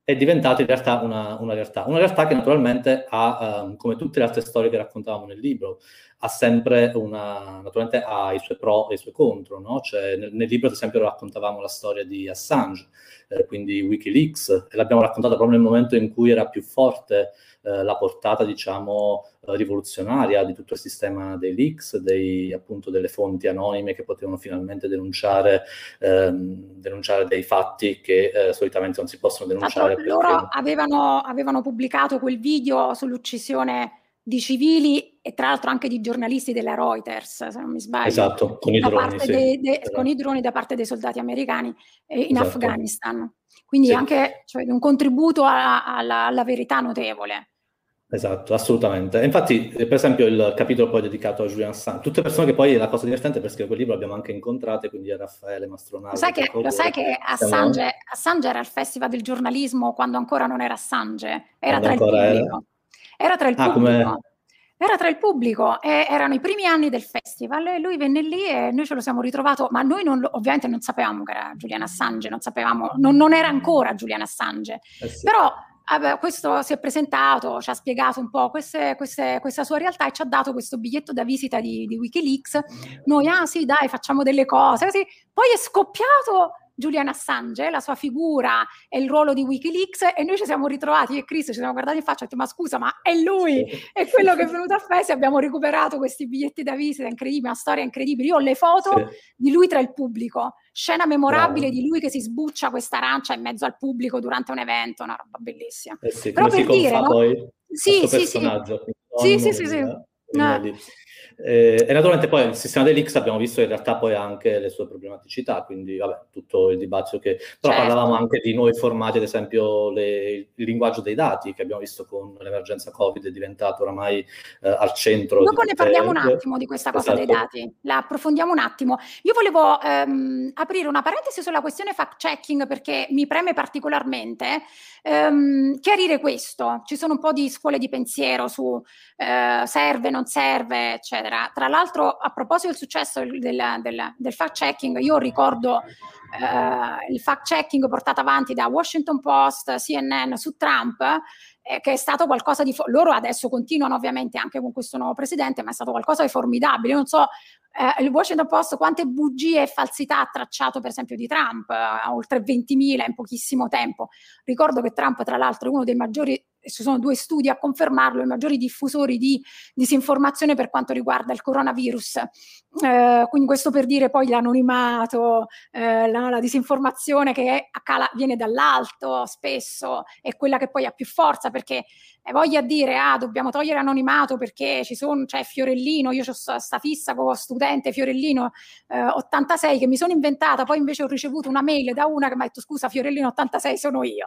[SPEAKER 4] è diventata in realtà una, una realtà. Una realtà che naturalmente ha, um, come tutte le altre storie che raccontavamo nel libro, ha sempre una, naturalmente ha i suoi pro e i suoi contro, no? Cioè, nel, nel libro, ad esempio, raccontavamo la storia di Assange, eh, quindi Wikileaks, e l'abbiamo raccontata proprio nel momento in cui era più forte eh, la portata, diciamo, eh, rivoluzionaria di tutto il sistema dei leaks, dei, appunto, delle fonti anonime che potevano finalmente denunciare, ehm, denunciare dei fatti che eh, solitamente non si possono denunciare.
[SPEAKER 2] Perché... Loro avevano, avevano pubblicato quel video sull'uccisione di civili e tra l'altro anche di giornalisti della Reuters, se non mi sbaglio.
[SPEAKER 4] Esatto, con i droni, sì.
[SPEAKER 2] De, de,
[SPEAKER 4] esatto.
[SPEAKER 2] Con i droni da parte dei soldati americani eh, in
[SPEAKER 4] esatto.
[SPEAKER 2] Afghanistan. Quindi sì. Anche cioè, un contributo a, a, alla, alla verità notevole.
[SPEAKER 4] Esatto, assolutamente. Infatti, per esempio, il capitolo poi dedicato a Julian Assange, tutte persone che poi, la cosa divertente è perché quel libro abbiamo anche incontrate, quindi a Raffaele Mastronardo.
[SPEAKER 2] Lo sai che, lo sai che Assange, siamo... Assange era al Festival del giornalismo quando ancora non era Assange, era quando tra il pubblico. Era, era tra il ah, pubblico. Come... Era tra il pubblico, e erano i primi anni del festival, e lui venne lì e noi ce lo siamo ritrovato, ma noi non, ovviamente non sapevamo che era Julian Assange, non sapevamo, non, non era ancora Julian Assange, eh sì. Però vabbè, questo si è presentato, ci ha spiegato un po' queste, queste, questa sua realtà e ci ha dato questo biglietto da visita di, di Wikileaks. Noi, ah sì, dai, facciamo delle cose, così. Poi è scoppiato Julian Assange, la sua figura e il ruolo di Wikileaks, e noi ci siamo ritrovati, io e Chris ci siamo guardati in faccia e ho detto, ma scusa, ma è lui, è quello che è venuto a Festi, abbiamo recuperato questi biglietti da visita, incredibile, una storia incredibile. Io ho le foto sì. di lui tra il pubblico, scena memorabile Bravo. Di lui che si sbuccia questa arancia in mezzo al pubblico durante un evento, una roba bellissima.
[SPEAKER 4] Eh sì,
[SPEAKER 2] Però
[SPEAKER 4] come
[SPEAKER 2] per
[SPEAKER 4] si
[SPEAKER 2] dire, no?
[SPEAKER 4] poi
[SPEAKER 2] sì, sì,
[SPEAKER 4] personaggio.
[SPEAKER 2] Sì, sì, sì, sì.
[SPEAKER 4] No. Eh, e naturalmente poi il sistema dei leaks abbiamo visto in realtà poi anche le sue problematicità, quindi vabbè, tutto il dibattito che... Però certo. Parlavamo anche di nuovi formati, ad esempio le, il linguaggio dei dati che abbiamo visto con l'emergenza Covid è diventato oramai eh, al centro.
[SPEAKER 2] Dopo ne parliamo un attimo di questa cosa esatto. dei dati, la approfondiamo un attimo. Io volevo ehm, aprire una parentesi sulla questione fact-checking perché mi preme particolarmente ehm, chiarire questo. Ci sono un po' di scuole di pensiero su eh, serve, non serve, eccetera. Tra l'altro, a proposito del successo del, del, del fact-checking, io ricordo eh, il fact-checking portato avanti da Washington Post, C N N su Trump, eh, che è stato qualcosa di... loro adesso continuano ovviamente anche con questo nuovo presidente, ma è stato qualcosa di formidabile. Io non so, eh, il Washington Post quante bugie e falsità ha tracciato per esempio di Trump, eh, oltre ventimila in pochissimo tempo. Ricordo che Trump, tra l'altro, è uno dei maggiori... ci sono due studi a confermarlo, i maggiori diffusori di disinformazione per quanto riguarda il coronavirus. Eh, quindi questo per dire poi l'anonimato, eh, la, la disinformazione che a cala, viene dall'alto spesso, è quella che poi ha più forza, perché eh, voglia dire, ah, dobbiamo togliere anonimato perché ci sono, c'è cioè Fiorellino, io ho sta, sta fissa con studente Fiorellino eh, ottantasei che mi sono inventata, poi invece ho ricevuto una mail da una che mi ha detto, scusa, Fiorellino ottantasei sono io.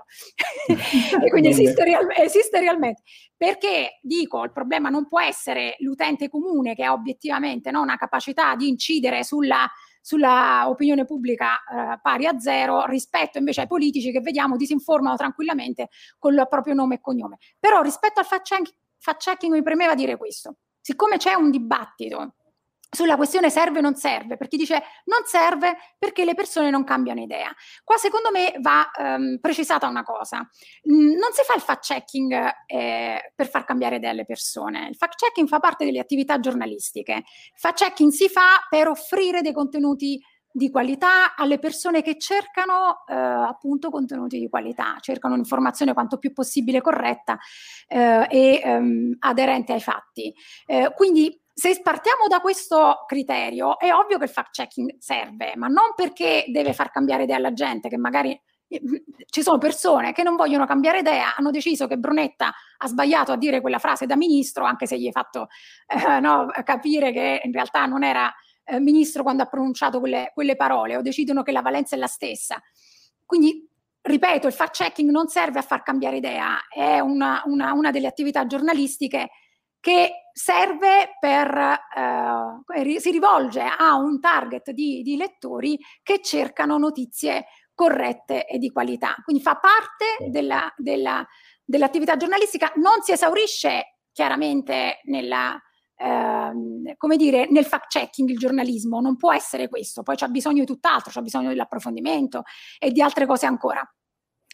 [SPEAKER 2] E quindi esiste realmente esiste realmente, perché dico il problema non può essere l'utente comune che ha obiettivamente no, una capacità di incidere sulla, sulla opinione pubblica eh, pari a zero rispetto invece ai politici che vediamo disinformano tranquillamente con il proprio nome e cognome. Però rispetto al fact-checking mi premeva dire questo, siccome c'è un dibattito sulla questione serve o non serve, per chi dice non serve perché le persone non cambiano idea. Qua secondo me va um, precisata una cosa, mm, non si fa il fact-checking eh, per far cambiare idea alle persone, il fact-checking fa parte delle attività giornalistiche, il fact-checking si fa per offrire dei contenuti di qualità alle persone che cercano eh, appunto contenuti di qualità, cercano un'informazione quanto più possibile corretta eh, e um, aderente ai fatti. Eh, quindi se partiamo da questo criterio, è ovvio che il fact-checking serve, ma non perché deve far cambiare idea alla gente, che magari ci sono persone che non vogliono cambiare idea, hanno deciso che Brunetta ha sbagliato a dire quella frase da ministro, anche se gli hai fatto eh, no, capire che in realtà non era eh, ministro quando ha pronunciato quelle, quelle parole, o decidono che la valenza è la stessa. Quindi, ripeto, il fact-checking non serve a far cambiare idea, è una, una, una delle attività giornalistiche che serve per, eh, si rivolge a un target di, di lettori che cercano notizie corrette e di qualità. Quindi fa parte della, della, dell'attività giornalistica, non si esaurisce chiaramente nella, eh, come dire, nel fact-checking il giornalismo, non può essere questo, poi c'ha bisogno di tutt'altro, c'ha bisogno dell'approfondimento e di altre cose ancora.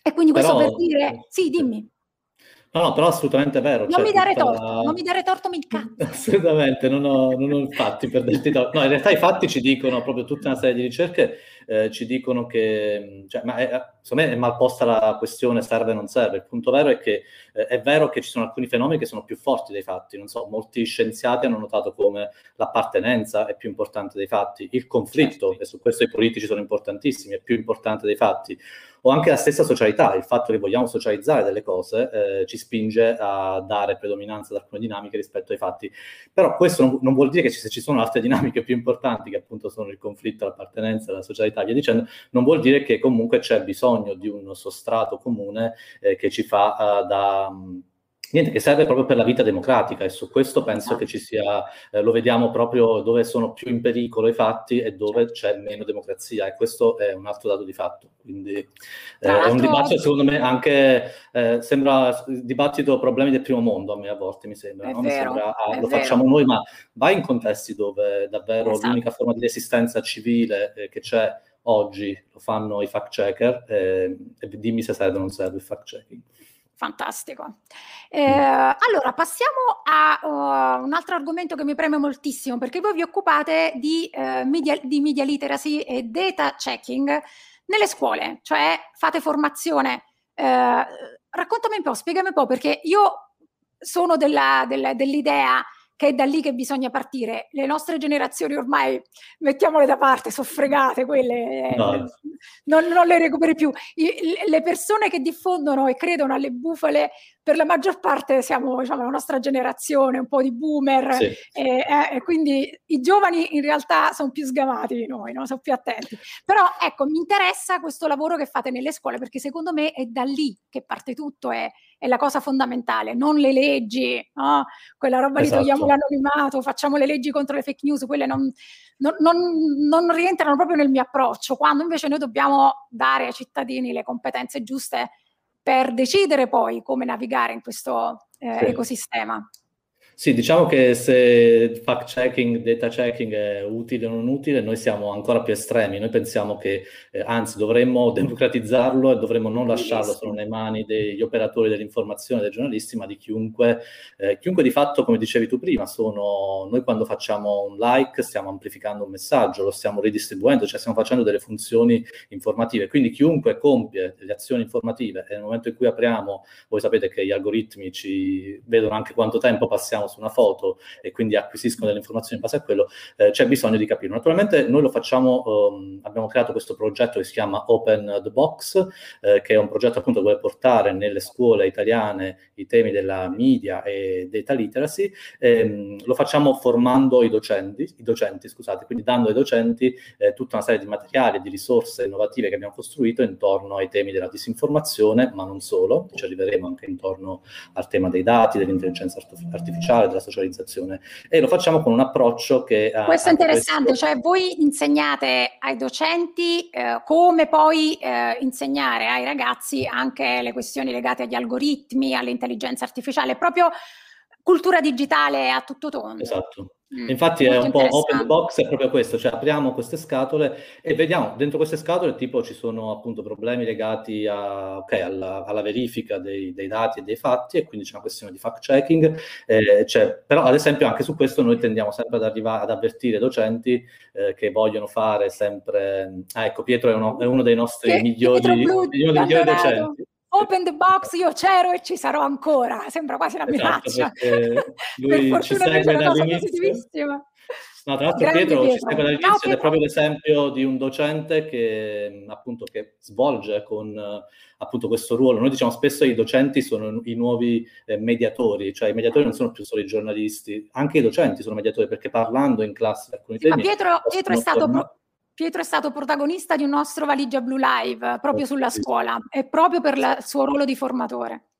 [SPEAKER 2] E quindi questo
[SPEAKER 4] Però,
[SPEAKER 2] per dire... Sì, dimmi.
[SPEAKER 4] No, no, però assolutamente vero.
[SPEAKER 2] Non mi dare torto,
[SPEAKER 4] la...
[SPEAKER 2] non mi dare torto, mi incazzo.
[SPEAKER 4] Assolutamente, non ho, non ho fatti per dirti torto. No, in realtà i fatti ci dicono, proprio tutta una serie di ricerche, eh, ci dicono che, cioè, ma è, secondo me è mal posta la questione serve o non serve. Il punto vero è che eh, è vero che ci sono alcuni fenomeni che sono più forti dei fatti. Non so, molti scienziati hanno notato come l'appartenenza è più importante dei fatti, il conflitto, certo. E su questo i politici sono importantissimi, è più importante dei fatti. O anche la stessa socialità, il fatto che vogliamo socializzare delle cose eh, ci spinge a dare predominanza ad alcune dinamiche rispetto ai fatti. Però questo non, non vuol dire che ci, se ci sono altre dinamiche più importanti, che appunto sono il conflitto, l'appartenenza, la socialità, via dicendo, non vuol dire che comunque c'è bisogno di un sostrato comune eh, che ci fa uh, da... Um, niente, che serve proprio per la vita democratica, e su questo penso esatto. che ci sia, eh, lo vediamo proprio dove sono più in pericolo i fatti e dove certo. c'è meno democrazia, e questo è un altro dato di fatto. Quindi eh, è un dibattito secondo me anche, eh, sembra il dibattito problemi del primo mondo, a me a volte mi sembra, no?
[SPEAKER 2] Vero,
[SPEAKER 4] mi sembra ah, lo
[SPEAKER 2] vero.
[SPEAKER 4] facciamo noi, ma vai in contesti dove davvero
[SPEAKER 2] esatto.
[SPEAKER 4] l'unica forma di resistenza civile eh, che c'è oggi lo fanno i fact checker, eh, e dimmi se serve o non serve il fact checking.
[SPEAKER 2] Fantastico. Eh, allora, passiamo a uh, un altro argomento che mi preme moltissimo, perché voi vi occupate di, uh, media, di media literacy e data checking nelle scuole, cioè fate formazione. Eh, raccontami un po', spiegami un po', perché io sono della, della, dell'idea che è da lì che bisogna partire. Le nostre generazioni ormai, mettiamole da parte, sono fregate quelle,
[SPEAKER 4] no.
[SPEAKER 2] non, non le recuperi più. I, le persone che diffondono e credono alle bufale, per la maggior parte siamo, diciamo, la nostra generazione, un po' di boomer, sì. e, e quindi i giovani in realtà sono più sgamati di noi, no? Sono più attenti. Però ecco, mi interessa questo lavoro che fate nelle scuole, perché secondo me è da lì che parte tutto, è, è la cosa fondamentale, non le leggi, no? Quella roba esatto. Li togliamo l'anonimato, facciamo le leggi contro le fake news, quelle non, non, non, non rientrano proprio nel mio approccio, quando invece noi dobbiamo dare ai cittadini le competenze giuste per decidere poi come navigare in questo eh, sì. ecosistema.
[SPEAKER 4] Sì, diciamo che se fact checking, data checking è utile o non utile, noi siamo ancora più estremi. Noi pensiamo che, eh, anzi, dovremmo democratizzarlo e dovremmo non lasciarlo solo nelle mani degli operatori dell'informazione, dei giornalisti, ma di chiunque, eh, chiunque di fatto, come dicevi tu prima, sono noi quando facciamo un like stiamo amplificando un messaggio, lo stiamo ridistribuendo, cioè stiamo facendo delle funzioni informative. Quindi chiunque compie delle azioni informative e nel momento in cui apriamo, voi sapete che gli algoritmi ci vedono anche quanto tempo passiamo su una foto e quindi acquisiscono delle informazioni in base a quello, eh, c'è bisogno di capirlo. Naturalmente noi lo facciamo, um, abbiamo creato questo progetto che si chiama Open the Box, eh, che è un progetto appunto che vuole portare nelle scuole italiane i temi della media e data literacy. Ehm, lo facciamo formando i docenti, i docenti, scusate, quindi dando ai docenti eh, tutta una serie di materiali e di risorse innovative che abbiamo costruito intorno ai temi della disinformazione, ma non solo, ci arriveremo anche intorno al tema dei dati, dell'intelligenza artificiale, della socializzazione, e lo facciamo con un approccio che...
[SPEAKER 2] Questo è interessante, questo... cioè voi insegnate ai docenti eh, come poi eh, insegnare ai ragazzi anche le questioni legate agli algoritmi, all'intelligenza artificiale, proprio cultura digitale a tutto tondo.
[SPEAKER 4] Esatto. Mm, Infatti è un po' open the box, è proprio questo, cioè apriamo queste scatole e vediamo, dentro queste scatole tipo ci sono appunto problemi legati a, okay, alla, alla verifica dei, dei dati e dei fatti, e quindi c'è una questione di fact checking, eh, cioè, però ad esempio anche su questo noi tendiamo sempre ad arrivare ad avvertire i docenti eh, che vogliono fare sempre, ah, ecco Pietro è uno, è uno dei nostri che migliori, uno dei migliori docenti.
[SPEAKER 2] Open the box, io c'ero e ci sarò ancora, sembra quasi una minaccia.
[SPEAKER 4] Esatto, lui per ci segue dall'inizio. No, tra l'altro Pietro, Pietro ci segue dall'inizio no, ed è proprio l'esempio di un docente che appunto che svolge con appunto questo ruolo. Noi diciamo spesso i docenti sono i nuovi eh, mediatori, cioè i mediatori non sono più solo i giornalisti, anche i docenti sono mediatori, perché parlando in classe alcuni
[SPEAKER 2] sì, temi... Ma Pietro, Pietro è stato... Pro... Pietro è stato protagonista di un nostro Valigia Blu Live proprio sulla scuola e proprio per la, il suo ruolo di formatore.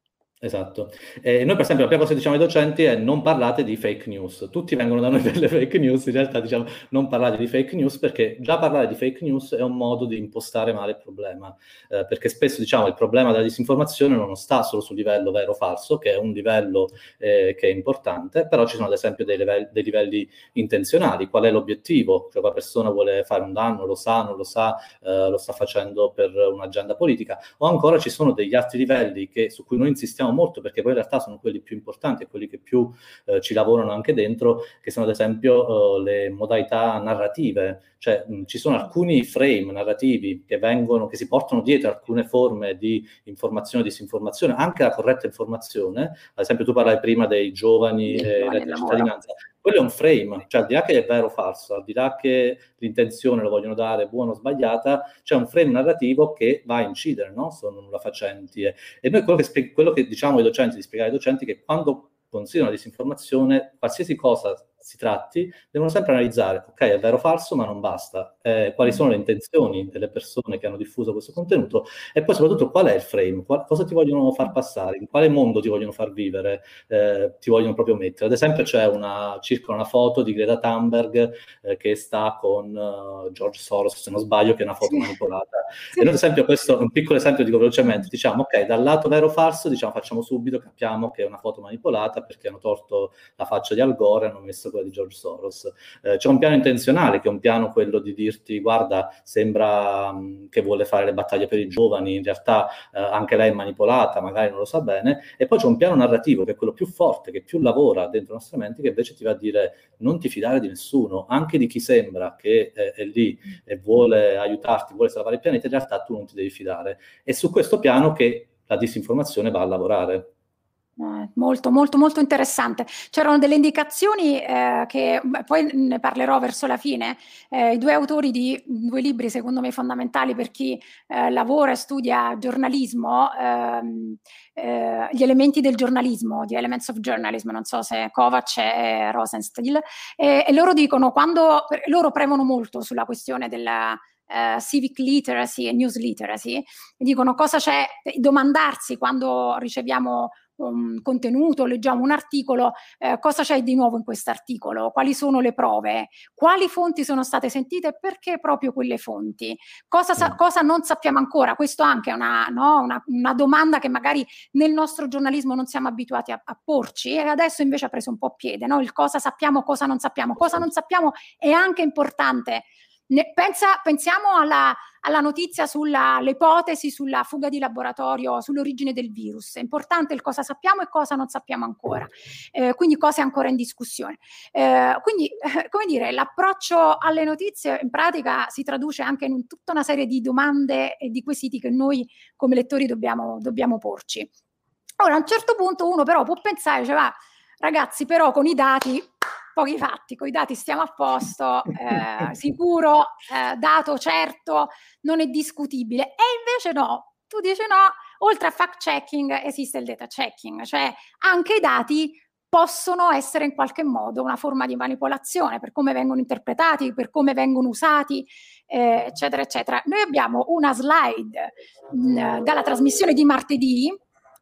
[SPEAKER 4] Esatto. E noi per esempio la prima cosa che diciamo ai docenti è non parlate di fake news. Tutti vengono da noi per le fake news, in realtà diciamo non parlate di fake news perché già parlare di fake news è un modo di impostare male il problema, eh, perché spesso diciamo il problema della disinformazione non sta solo sul livello vero o falso, che è un livello eh, che è importante, però ci sono ad esempio dei livelli, dei livelli intenzionali. Qual è l'obiettivo? Cioè la persona vuole fare un danno, lo sa, non lo sa, eh, lo sta facendo per un'agenda politica, o ancora ci sono degli altri livelli che, su cui noi insistiamo molto, perché poi in realtà sono quelli più importanti e quelli che più eh, ci lavorano anche dentro, che sono ad esempio eh, le modalità narrative. Cioè mh, ci sono alcuni frame narrativi che vengono, che si portano dietro alcune forme di informazione e disinformazione, anche la corretta informazione. Ad esempio tu parlavi prima dei giovani e eh, la cittadinanza. Quello è un frame, cioè al di là che è vero o falso, al di là che l'intenzione lo vogliono dare buona o sbagliata, c'è un frame narrativo che va a incidere, no? Sono nulla facenti. E, e noi quello che, spie- quello che diciamo ai docenti, di spiegare ai docenti, che quando considerano la disinformazione, qualsiasi cosa si tratti, devono sempre analizzare, ok, è vero o falso, ma non basta, eh, quali sono le intenzioni delle persone che hanno diffuso questo contenuto e poi soprattutto qual è il frame, qual- cosa ti vogliono far passare, in quale mondo ti vogliono far vivere, eh, ti vogliono proprio mettere. Ad esempio c'è una, circola una foto di Greta Thunberg eh, che sta con uh, George Soros, se non sbaglio, che è una foto
[SPEAKER 2] Sì.
[SPEAKER 4] manipolata.
[SPEAKER 2] Sì.
[SPEAKER 4] E noi ad esempio, questo è un piccolo esempio, dico velocemente, diciamo, ok, dal lato vero o falso, diciamo, facciamo subito, capiamo che è una foto manipolata perché hanno tolto la faccia di Al Gore e hanno messo quella di George Soros. Eh, c'è un piano intenzionale, che è un piano quello di dirti, guarda, sembra mh, che vuole fare le battaglie per i giovani, in realtà eh, anche lei è manipolata, magari non lo sa bene, e poi c'è un piano narrativo, che è quello più forte, che più lavora dentro i nostri menti, che invece ti va a dire non ti fidare di nessuno, anche di chi sembra che è, è lì e vuole aiutarti, vuole salvare il pianeta, in realtà tu non ti devi fidare. È su questo piano che la disinformazione va a lavorare.
[SPEAKER 2] Eh, molto, molto, molto interessante. C'erano delle indicazioni eh, che beh, poi ne parlerò verso la fine. Eh, I due autori di due libri, secondo me, fondamentali per chi eh, lavora e studia giornalismo, ehm, eh, Gli elementi del giornalismo, The Elements of Journalism, non so se Kovac e Rosenstiel, e, e loro dicono, quando loro premono molto sulla questione della Uh, civic literacy e news literacy, dicono cosa c'è, domandarsi quando riceviamo un contenuto, leggiamo un articolo, eh, cosa c'è di nuovo in questo articolo, quali sono le prove, quali fonti sono state sentite e perché proprio quelle fonti, cosa, sa- cosa non sappiamo ancora. Questo anche è una, no, una, una domanda che magari nel nostro giornalismo non siamo abituati a, a porci e adesso invece ha preso un po' piede, no? Il cosa sappiamo, cosa non sappiamo. Cosa non sappiamo è anche importante. Ne, pensa, pensiamo alla, alla notizia sull'ipotesi sulla fuga di laboratorio, sull'origine del virus. È importante il cosa sappiamo e cosa non sappiamo ancora, eh, quindi cosa è ancora in discussione. Eh, quindi, eh, come dire, l'approccio alle notizie in pratica si traduce anche in un, tutta una serie di domande e di quesiti che noi come lettori dobbiamo, dobbiamo porci. Ora, a un certo punto uno però può pensare, cioè, va, ragazzi, però con i dati... pochi fatti, con i dati stiamo a posto, eh, sicuro, eh, dato certo, non è discutibile. E invece no, tu dici no, oltre a fact checking esiste il data checking, cioè anche i dati possono essere in qualche modo una forma di manipolazione per come vengono interpretati, per come vengono usati, eh, eccetera, eccetera. Noi abbiamo una slide mh, dalla trasmissione di martedì,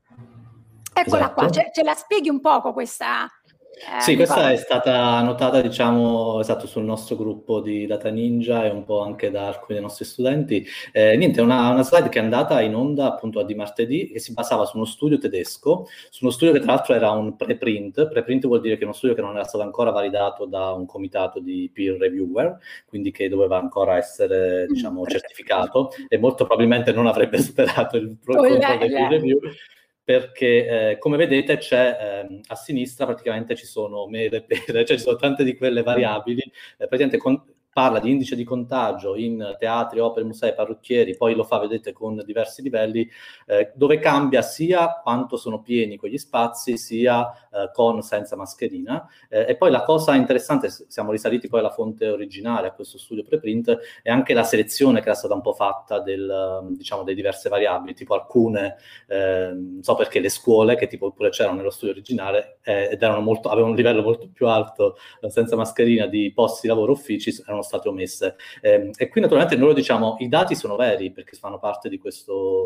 [SPEAKER 2] eccola
[SPEAKER 4] Esatto.
[SPEAKER 2] qua, ce, ce la spieghi un poco questa...
[SPEAKER 4] Eh, sì, questa cosa. È stata annotata, diciamo, esatto, sul nostro gruppo di Data Ninja e un po' anche da alcuni dei nostri studenti. Eh, niente, è una, una slide che è andata in onda appunto di martedì, che si basava su uno studio tedesco, su uno studio che tra l'altro era un preprint. Preprint vuol dire che è uno studio che non era stato ancora validato da un comitato di peer reviewer, quindi che doveva ancora essere, diciamo, certificato e molto probabilmente non avrebbe superato il controllo dei peer review. Perché eh, come vedete c'è eh, a sinistra praticamente ci sono mele e pere, cioè ci sono tante di quelle variabili, eh, praticamente con, parla di indice di contagio in teatri, opere, musei, parrucchieri, poi lo fa, vedete, con diversi livelli, eh, dove cambia sia quanto sono pieni quegli spazi, sia eh, con o senza mascherina. Eh, e poi la cosa interessante, siamo risaliti poi alla fonte originale, a questo studio preprint, è anche la selezione che era stata un po' fatta del, diciamo, delle diverse variabili, tipo alcune, eh, non so perché le scuole, che tipo pure c'erano nello studio originale, eh, ed erano molto, avevano un livello molto più alto, eh, senza mascherina, di posti di lavoro, uffici, erano state omesse. Eh, e qui naturalmente noi diciamo i dati sono veri perché fanno parte di questo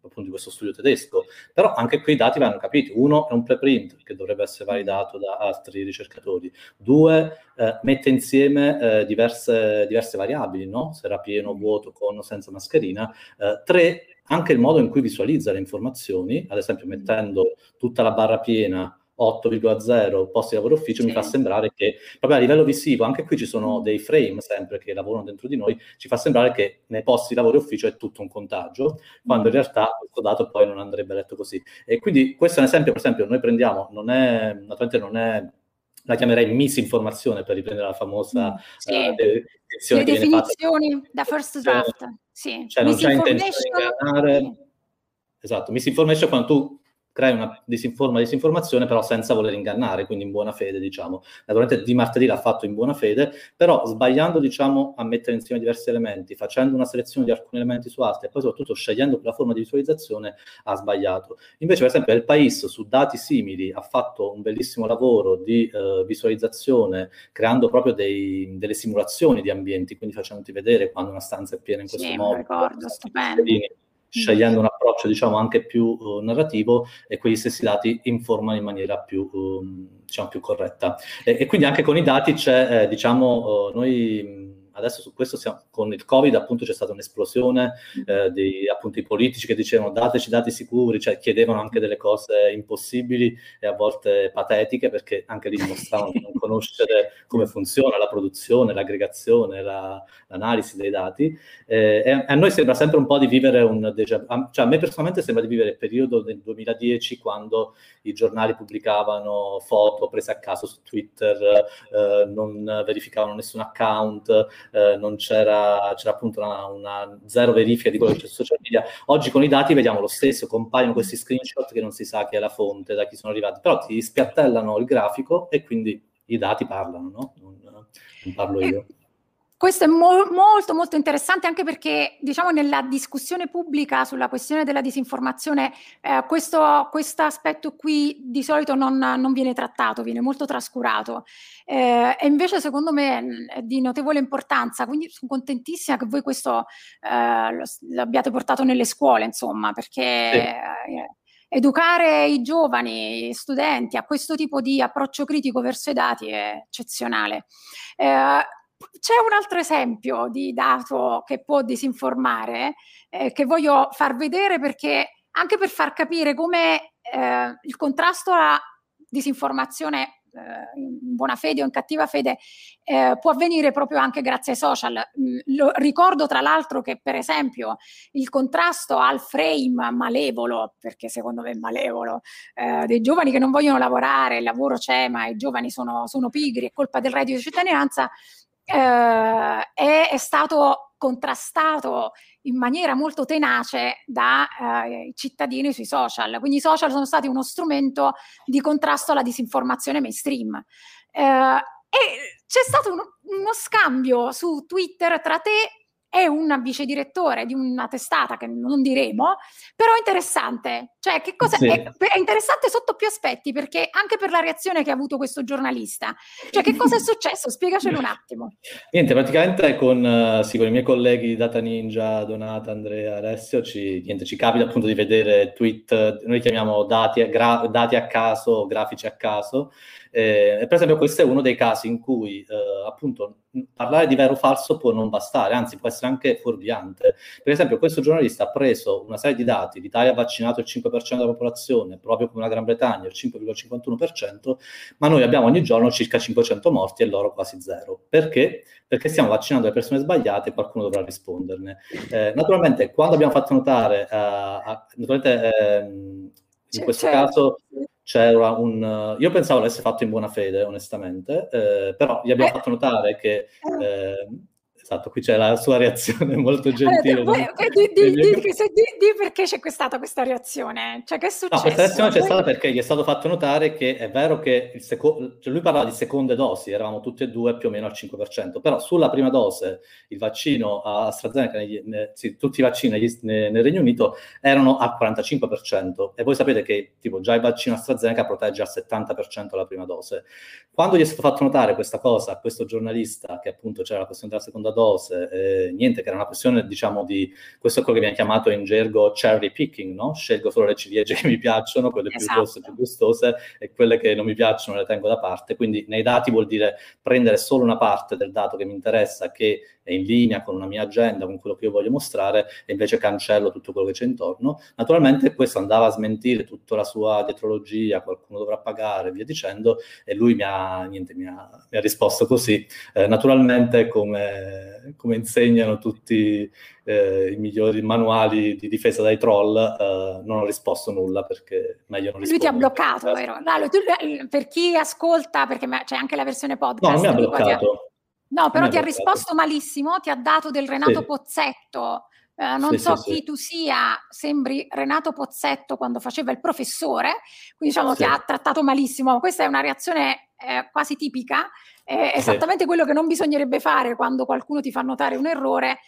[SPEAKER 4] appunto di questo studio tedesco, però anche qui i dati vanno capiti. Uno è un preprint che dovrebbe essere validato da altri ricercatori. Due, eh, mette insieme eh, diverse, diverse variabili, no? Se era pieno, vuoto, con o senza mascherina. Eh, tre, anche il modo in cui visualizza le informazioni, ad esempio mettendo tutta la barra piena otto virgola zero posti di lavoro ufficio, sì. Mi fa sembrare che, proprio a livello visivo, anche qui ci sono dei frame sempre che lavorano dentro di noi, ci fa sembrare che nei posti di lavoro ufficio è tutto un contagio, quando in realtà questo dato poi non andrebbe letto così. E quindi questo è un esempio, per esempio, noi prendiamo, non è, naturalmente non è, la chiamerei misinformazione per riprendere la famosa
[SPEAKER 2] sì.
[SPEAKER 4] uh, definizione
[SPEAKER 2] le definizioni fatta, da first draft.
[SPEAKER 4] Cioè,
[SPEAKER 2] sì.
[SPEAKER 4] cioè non c'è intenzione di ingannare. Sì. Esatto, misinformation quando tu crei una disinforma disinformazione però senza voler ingannare, quindi in buona fede, diciamo. Naturalmente Di Martedì l'ha fatto in buona fede, però sbagliando, diciamo, a mettere insieme diversi elementi, facendo una selezione di alcuni elementi su altri e poi soprattutto scegliendo la forma di visualizzazione, ha sbagliato. Invece, per esempio, El País su dati simili ha fatto un bellissimo lavoro di eh, visualizzazione, creando proprio dei, delle simulazioni di ambienti, quindi facendoti vedere quando una stanza è piena in questo
[SPEAKER 2] sì,
[SPEAKER 4] modo.
[SPEAKER 2] Sì, ricordo, stupendo.
[SPEAKER 4] Scegliendo un approccio, diciamo, anche più uh, narrativo, e quegli stessi dati informano in maniera più, um, diciamo, più corretta. E, e quindi anche con i dati c'è, eh, diciamo, uh, noi adesso su questo siamo, con il Covid appunto c'è stata un'esplosione eh, di appunto i politici che dicevano dateci dati sicuri, cioè chiedevano anche delle cose impossibili e a volte patetiche, perché anche lì dimostravano di non conoscere come funziona la produzione, l'aggregazione, la, l'analisi dei dati. Eh, e a noi sembra sempre un po' di vivere un déjà vu, cioè a me personalmente sembra di vivere il periodo del duemiladieci, quando i giornali pubblicavano foto prese a caso su Twitter, eh, non verificavano nessun account, eh, non c'era, c'era appunto una, una zero verifica di quello che c'è su social media. Oggi con i dati vediamo lo stesso, compaiono questi screenshot che non si sa chi è la fonte, da chi sono arrivati, però ti spiattellano il grafico e quindi i dati parlano, no? Non, non parlo io.
[SPEAKER 2] Questo è mo- molto molto interessante, anche perché, diciamo, nella discussione pubblica sulla questione della disinformazione eh, questo aspetto qui di solito non, non viene trattato, viene molto trascurato, eh, e invece secondo me è di notevole importanza, quindi sono contentissima che voi questo eh, lo, l'abbiate portato nelle scuole, insomma, perché... Sì. Eh, educare i giovani studenti a questo tipo di approccio critico verso i dati è eccezionale. Eh, C'è un altro esempio di dato che può disinformare, eh, che voglio far vedere, perché anche per far capire come eh, il contrasto alla disinformazione eh, in buona fede o in cattiva fede eh, può avvenire proprio anche grazie ai social. Mm, lo, ricordo tra l'altro che, per esempio, il contrasto al frame malevolo, perché secondo me è malevolo, eh, dei giovani che non vogliono lavorare, il lavoro c'è ma i giovani sono, sono pigri, è colpa del reddito di cittadinanza, Uh, è, è stato contrastato in maniera molto tenace dai uh, cittadini sui social. Quindi i social sono stati uno strumento di contrasto alla disinformazione mainstream. Uh, e c'è stato uno, uno scambio su Twitter tra te e un vice direttore di una testata che non diremo, però interessante. Cioè, che cosa sì. è, è interessante sotto più aspetti, perché anche per la reazione che ha avuto questo giornalista. Cioè, che cosa è successo? Spiegacelo un attimo.
[SPEAKER 4] Niente, praticamente con, sì, con i miei colleghi Data Ninja, Donata, Andrea, Alessio, ci, niente, ci capita appunto di vedere tweet, noi chiamiamo dati, gra, dati a caso, grafici a caso. Eh, per esempio questo è uno dei casi in cui eh, appunto parlare di vero o falso può non bastare, anzi può essere anche fuorviante. Per esempio questo giornalista ha preso una serie di dati: l'Italia ha vaccinato il cinque per cento della popolazione, proprio come la Gran Bretagna il cinque virgola cinquantuno per cento, ma noi abbiamo ogni giorno circa cinquecento morti e loro quasi zero. Perché? Perché stiamo vaccinando le persone sbagliate e qualcuno dovrà risponderne. Eh, naturalmente quando abbiamo fatto notare, uh, uh, naturalmente ehm, in questo c'è, caso c'era un... Io pensavo l'avesse fatto in buona fede, onestamente, eh, però gli abbiamo eh, fatto notare che... Eh, esatto, qui c'è la sua reazione molto gentile.
[SPEAKER 2] Allora, di, di, di, di, di, di perché c'è stata questa reazione? Cioè, che è successo?
[SPEAKER 4] No, questa reazione c'è stata perché gli è stato fatto notare che è vero che il seco... cioè lui parlava di seconde dosi, eravamo tutti e due più o meno al cinque per cento, però sulla prima dose il vaccino a AstraZeneca, negli, ne, sì, tutti i vaccini negli, ne, nel Regno Unito erano al quarantacinque per cento, e voi sapete che tipo già il vaccino AstraZeneca protegge al settanta per cento la prima dose. Quando gli è stato fatto notare questa cosa a questo giornalista, che appunto c'era la questione della seconda dose, dose, eh, niente, che era una questione, diciamo, di, questo è quello che viene chiamato in gergo cherry picking, no? Scelgo solo le ciliegie che mi piacciono, quelle più
[SPEAKER 2] Esatto.
[SPEAKER 4] grosse, più gustose, e quelle che non mi piacciono le tengo da parte. Quindi nei dati vuol dire prendere solo una parte del dato che mi interessa, che è in linea con una mia agenda, con quello che io voglio mostrare, e invece cancello tutto quello che c'è intorno. Naturalmente questo andava a smentire tutta la sua dietrologia, qualcuno dovrà pagare, via dicendo, e lui mi ha, niente, mi ha, mi ha risposto così. Eh, naturalmente, come, come insegnano tutti eh, i migliori manuali di difesa dai troll, eh, non ho risposto nulla, perché meglio non rispondere.
[SPEAKER 2] Lui ti ha bloccato, vero? Lalo, tu, per chi ascolta, perché c'è anche la versione podcast.
[SPEAKER 4] No, non mi ha
[SPEAKER 2] lui poi ti ha-
[SPEAKER 4] bloccato.
[SPEAKER 2] No, però
[SPEAKER 4] Non mi
[SPEAKER 2] ti ha
[SPEAKER 4] ha bloccato.
[SPEAKER 2] risposto malissimo, ti ha dato del Renato
[SPEAKER 4] Sì.
[SPEAKER 2] Pozzetto. Eh, non
[SPEAKER 4] Sì,
[SPEAKER 2] so
[SPEAKER 4] sì,
[SPEAKER 2] chi
[SPEAKER 4] sì.
[SPEAKER 2] tu sia, sembri Renato Pozzetto quando faceva il professore, quindi diciamo
[SPEAKER 4] Sì.
[SPEAKER 2] ti ha trattato malissimo. Questa è una reazione eh, quasi tipica, è
[SPEAKER 4] Sì.
[SPEAKER 2] esattamente quello che non bisognerebbe fare quando qualcuno ti fa notare un errore.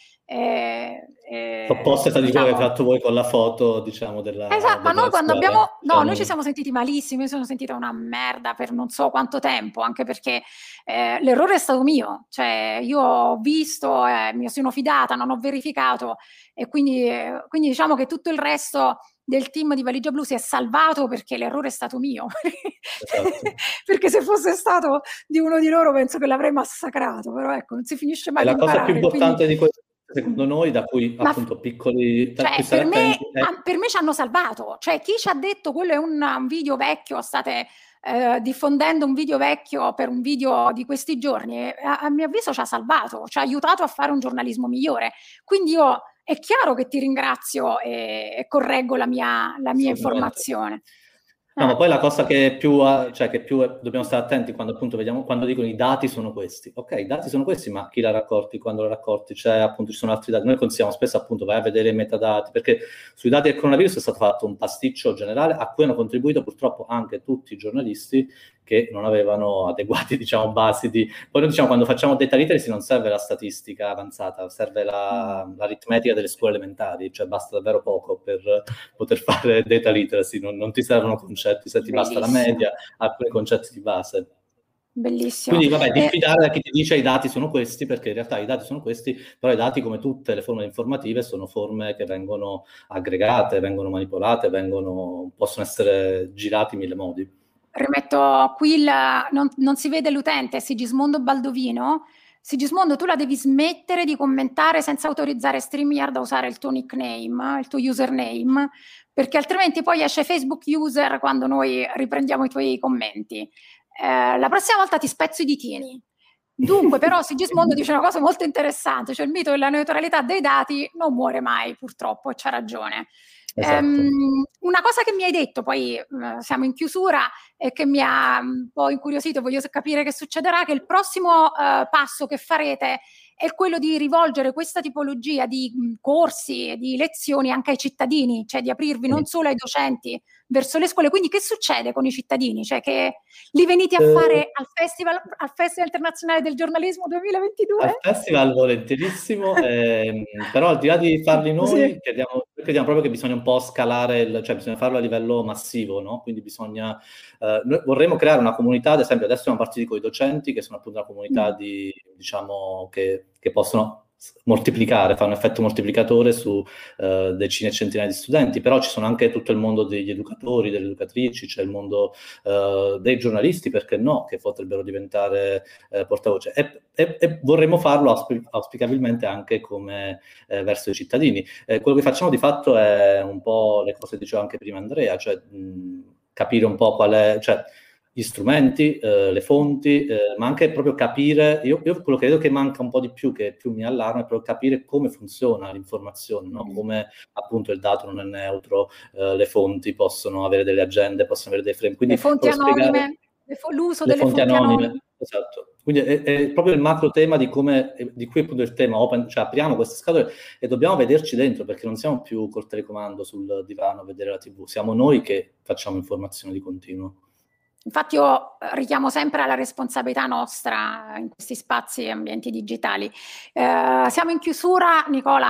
[SPEAKER 2] Eh, eh,
[SPEAKER 4] L'opposto è stato di quello che
[SPEAKER 2] diciamo,
[SPEAKER 4] hai fatto voi con la foto, diciamo, della,
[SPEAKER 2] esatto, ma
[SPEAKER 4] della
[SPEAKER 2] noi quando
[SPEAKER 4] squadra.
[SPEAKER 2] abbiamo, no,
[SPEAKER 4] Cioè,
[SPEAKER 2] noi ci
[SPEAKER 4] non-
[SPEAKER 2] siamo sentiti malissimo, io sono sentita una merda per non so quanto tempo, anche perché eh, l'errore è stato mio, cioè io ho visto, eh, mi sono fidata, non ho verificato, e quindi, eh, quindi diciamo che tutto il resto del team di Valigia Blu si è salvato perché l'errore è stato mio.
[SPEAKER 4] Esatto.
[SPEAKER 2] Perché se fosse stato di uno di loro penso che l'avrei massacrato, però ecco, non si finisce mai
[SPEAKER 4] E
[SPEAKER 2] di
[SPEAKER 4] la cosa più
[SPEAKER 2] imparare.
[SPEAKER 4] importante
[SPEAKER 2] Quindi...
[SPEAKER 4] di questo, secondo noi, da cui
[SPEAKER 2] Ma
[SPEAKER 4] appunto piccoli, da cui
[SPEAKER 2] cioè,
[SPEAKER 4] stare
[SPEAKER 2] per me,
[SPEAKER 4] attenti, è
[SPEAKER 2] a- per me ci hanno salvato. Cioè, chi ci ha detto quello è un, un video vecchio, state eh, diffondendo un video vecchio per un video di questi giorni, eh, a, a mio avviso ci ha salvato, ci ha aiutato a fare un giornalismo migliore. Quindi io è chiaro che ti ringrazio e, e correggo la mia, la mia
[SPEAKER 4] assolutamente.
[SPEAKER 2] informazione.
[SPEAKER 4] No, ma
[SPEAKER 2] Eh.
[SPEAKER 4] poi la cosa che più, ha- cioè che più è- dobbiamo stare attenti quando appunto vediamo, quando dicono i dati sono questi. Ok, i dati sono questi, ma chi l'ha raccolti, quando l'ha raccolti, c'è appunto, ci sono altri dati. Noi consigliamo spesso appunto vai a vedere i metadati, perché sui dati del coronavirus è stato fatto un pasticcio generale a cui hanno contribuito purtroppo anche tutti i giornalisti che non avevano adeguati, diciamo, basi di... Poi noi diciamo, quando facciamo data literacy non serve la statistica avanzata, serve la, l'aritmetica delle scuole elementari, cioè basta davvero poco per poter fare data literacy, non, non ti servono concetti, se ti basta la
[SPEAKER 2] Bellissimo.
[SPEAKER 4] media, alcuni concetti di base.
[SPEAKER 2] Bellissimo.
[SPEAKER 4] Quindi vabbè,
[SPEAKER 2] Eh,
[SPEAKER 4] diffidare da chi ti dice i dati sono questi, perché in realtà i dati sono questi, però i dati, come tutte le forme informative, sono forme che vengono aggregate, vengono manipolate, vengono, possono essere girati in mille modi.
[SPEAKER 2] rimetto qui il, non, non si vede l'utente, Sigismondo Baldovino. Sigismondo, tu la devi smettere di commentare senza autorizzare StreamYard a usare il tuo nickname, il tuo username, perché altrimenti poi esce Facebook user quando noi riprendiamo i tuoi commenti. Eh, la prossima volta ti spezzo i ditini. Dunque, però, Sigismondo dice una cosa molto interessante, cioè il mito della neutralità dei dati non muore mai, purtroppo, e c'ha ragione.
[SPEAKER 4] Esatto.
[SPEAKER 2] Um, una cosa che mi hai detto, poi uh, siamo in chiusura, e che mi ha un po' incuriosito, voglio capire che succederà, che il prossimo uh, passo che farete è quello di rivolgere questa tipologia di mh, corsi e di lezioni anche ai cittadini, cioè di aprirvi non solo ai docenti verso le scuole. Quindi che succede con i cittadini? Cioè che li venite a fare al Festival, al Festival Internazionale del Giornalismo duemilaventidue?
[SPEAKER 4] Al festival volentierissimo, ehm, però al di là di farli noi,
[SPEAKER 2] Sì.
[SPEAKER 4] crediamo, crediamo proprio che bisogna un po' scalare, il, cioè bisogna farlo a livello massivo, no? Quindi bisogna, eh, noi vorremmo creare una comunità, ad esempio adesso siamo partiti con i docenti, che sono appunto una comunità
[SPEAKER 2] Mm.
[SPEAKER 4] di, diciamo, che, che possono moltiplicare, fare un effetto moltiplicatore su uh, decine e centinaia di studenti, però ci sono anche tutto il mondo degli educatori, delle educatrici, c'è il mondo uh, dei giornalisti, perché no, che potrebbero diventare uh, portavoce, e, e, e vorremmo farlo ausp- auspicabilmente anche come eh, verso i cittadini. Eh, quello che facciamo di fatto è un po' le cose che diceva anche prima Andrea, cioè mh, capire un po' qual è, cioè gli strumenti, eh, le fonti, eh, ma anche proprio capire, io, io quello che vedo che manca un po' di più, che più mi allarma, è proprio capire come funziona l'informazione, no? Come appunto il dato non è neutro, eh, le fonti possono avere delle agende, possono avere dei frame. Quindi
[SPEAKER 2] Le fonti
[SPEAKER 4] spiegare
[SPEAKER 2] anonime, le fo- l'uso
[SPEAKER 4] le
[SPEAKER 2] delle
[SPEAKER 4] fonti
[SPEAKER 2] fonti
[SPEAKER 4] anonime.
[SPEAKER 2] anonime.
[SPEAKER 4] Esatto. Quindi è, è proprio il macro tema di come, di cui appunto il tema open, cioè apriamo queste scatole e dobbiamo vederci dentro, perché non siamo più col telecomando sul divano a vedere la tivù, siamo noi che facciamo informazione di continuo.
[SPEAKER 2] Infatti io richiamo sempre alla responsabilità nostra in questi spazi e ambienti digitali. Eh, siamo in chiusura, Nicola.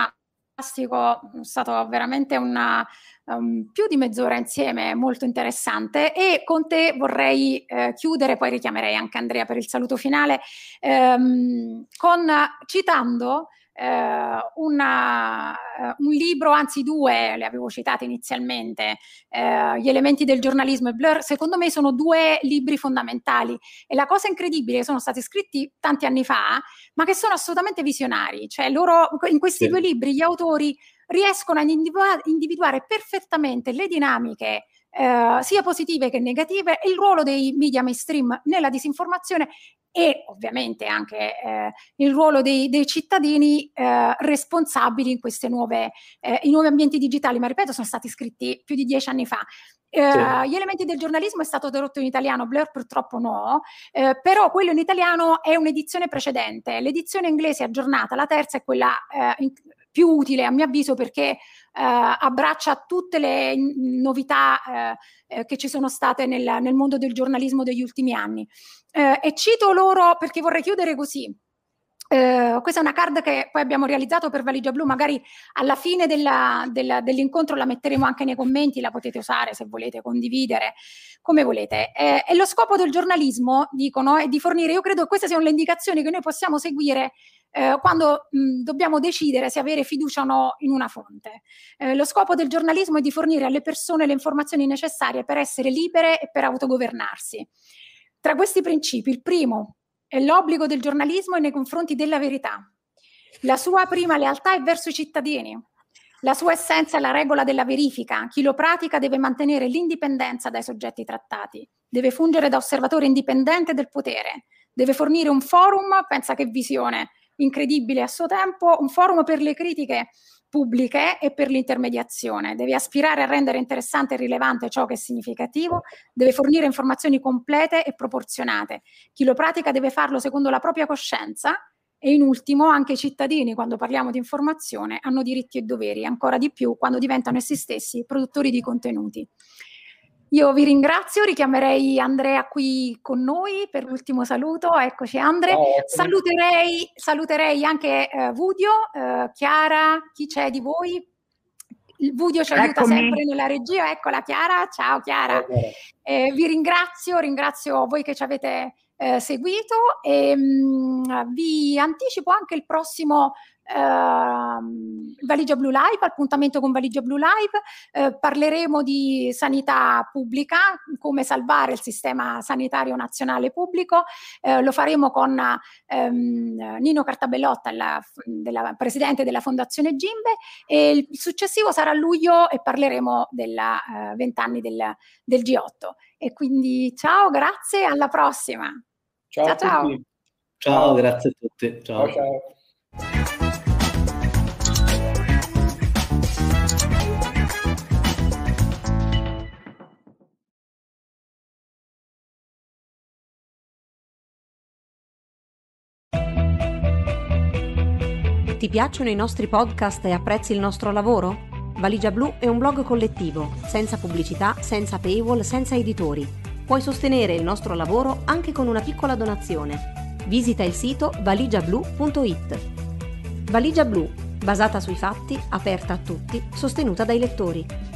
[SPEAKER 2] Fantastico, è stato veramente una, um, più di mezz'ora insieme, molto interessante, e con te vorrei eh, chiudere, poi richiamerei anche Andrea per il saluto finale, ehm, con, citando eh, una, uh, un libro, anzi due, le avevo citate inizialmente, eh, Gli elementi del giornalismo e Blur. Secondo me sono due libri fondamentali, e la cosa incredibile è che sono stati scritti tanti anni fa, ma che sono assolutamente visionari. Cioè loro, in questi sì. due libri gli autori riescono a individuare, individuare perfettamente le dinamiche eh, sia positive che negative, e il ruolo dei media mainstream nella disinformazione, e ovviamente anche eh, il ruolo dei, dei cittadini eh, responsabili in queste nuove, eh, i nuovi ambienti digitali. Ma ripeto, sono stati scritti più di dieci anni fa. Eh, sì. Gli elementi del giornalismo è stato tradotto in italiano, Blur purtroppo no, eh, però quello in italiano è un'edizione precedente. L'edizione inglese aggiornata, la terza, è quella eh, in, più utile a mio avviso, perché Uh, abbraccia tutte le novità uh, uh, che ci sono state nel, nel mondo del giornalismo degli ultimi anni. Uh, e cito loro perché vorrei chiudere così. Uh, questa è una card che poi abbiamo realizzato per Valigia Blu, magari alla fine della, della, dell'incontro la metteremo anche nei commenti, la potete usare se volete, condividere, come volete. Eh, e lo scopo del giornalismo, dicono, è di fornire, io credo che queste siano le indicazioni che noi possiamo seguire Eh, quando mh, dobbiamo decidere se avere fiducia o no in una fonte. Eh, lo scopo del giornalismo è di fornire alle persone le informazioni necessarie per essere libere e per autogovernarsi. Tra questi principi, il primo è l'obbligo del giornalismo nei confronti della verità. La sua prima lealtà è verso i cittadini. La sua essenza è la regola della verifica. Chi lo pratica deve mantenere l'indipendenza dai soggetti trattati, deve fungere da osservatore indipendente del potere, deve fornire un forum, pensa che visione incredibile a suo tempo, un forum per le critiche pubbliche e per l'intermediazione, deve aspirare a rendere interessante e rilevante ciò che è significativo, deve fornire informazioni complete e proporzionate. Chi lo pratica deve farlo secondo la propria coscienza, e in ultimo anche i cittadini, quando parliamo di informazione, hanno diritti e doveri, ancora di più quando diventano essi stessi produttori di contenuti. Io vi ringrazio, richiamerei Andrea qui con noi per l'ultimo saluto. Eccoci Andre. Oh, saluterei, saluterei anche eh, Vudio, eh, Chiara, chi c'è di voi? Il Vudio ci aiuta Eccomi. sempre nella regia, eccola Chiara, ciao Chiara. Okay. Eh, vi ringrazio, ringrazio voi che ci avete eh, seguito, e mh, vi anticipo anche il prossimo Uh, Valigia Blu Live, appuntamento con Valigia Blu Live. Uh, parleremo di sanità pubblica, come salvare il sistema sanitario nazionale pubblico. Uh, lo faremo con um, Nino Cartabellotta, la, della, presidente della Fondazione Gimbe, e il successivo sarà a luglio e parleremo della uh, vent'anni del, del G otto. E quindi ciao, grazie, alla prossima.
[SPEAKER 3] Ciao, ciao,
[SPEAKER 4] ciao. Ciao, ciao, grazie a tutti. Ciao, ciao. ciao.
[SPEAKER 1] Ti piacciono i nostri podcast e apprezzi il nostro lavoro? Valigia Blu è un blog collettivo, senza pubblicità, senza paywall, senza editori. Puoi sostenere il nostro lavoro anche con una piccola donazione. Visita il sito valigia blu punto it. Valigia Blu, basata sui fatti, aperta a tutti, sostenuta dai lettori.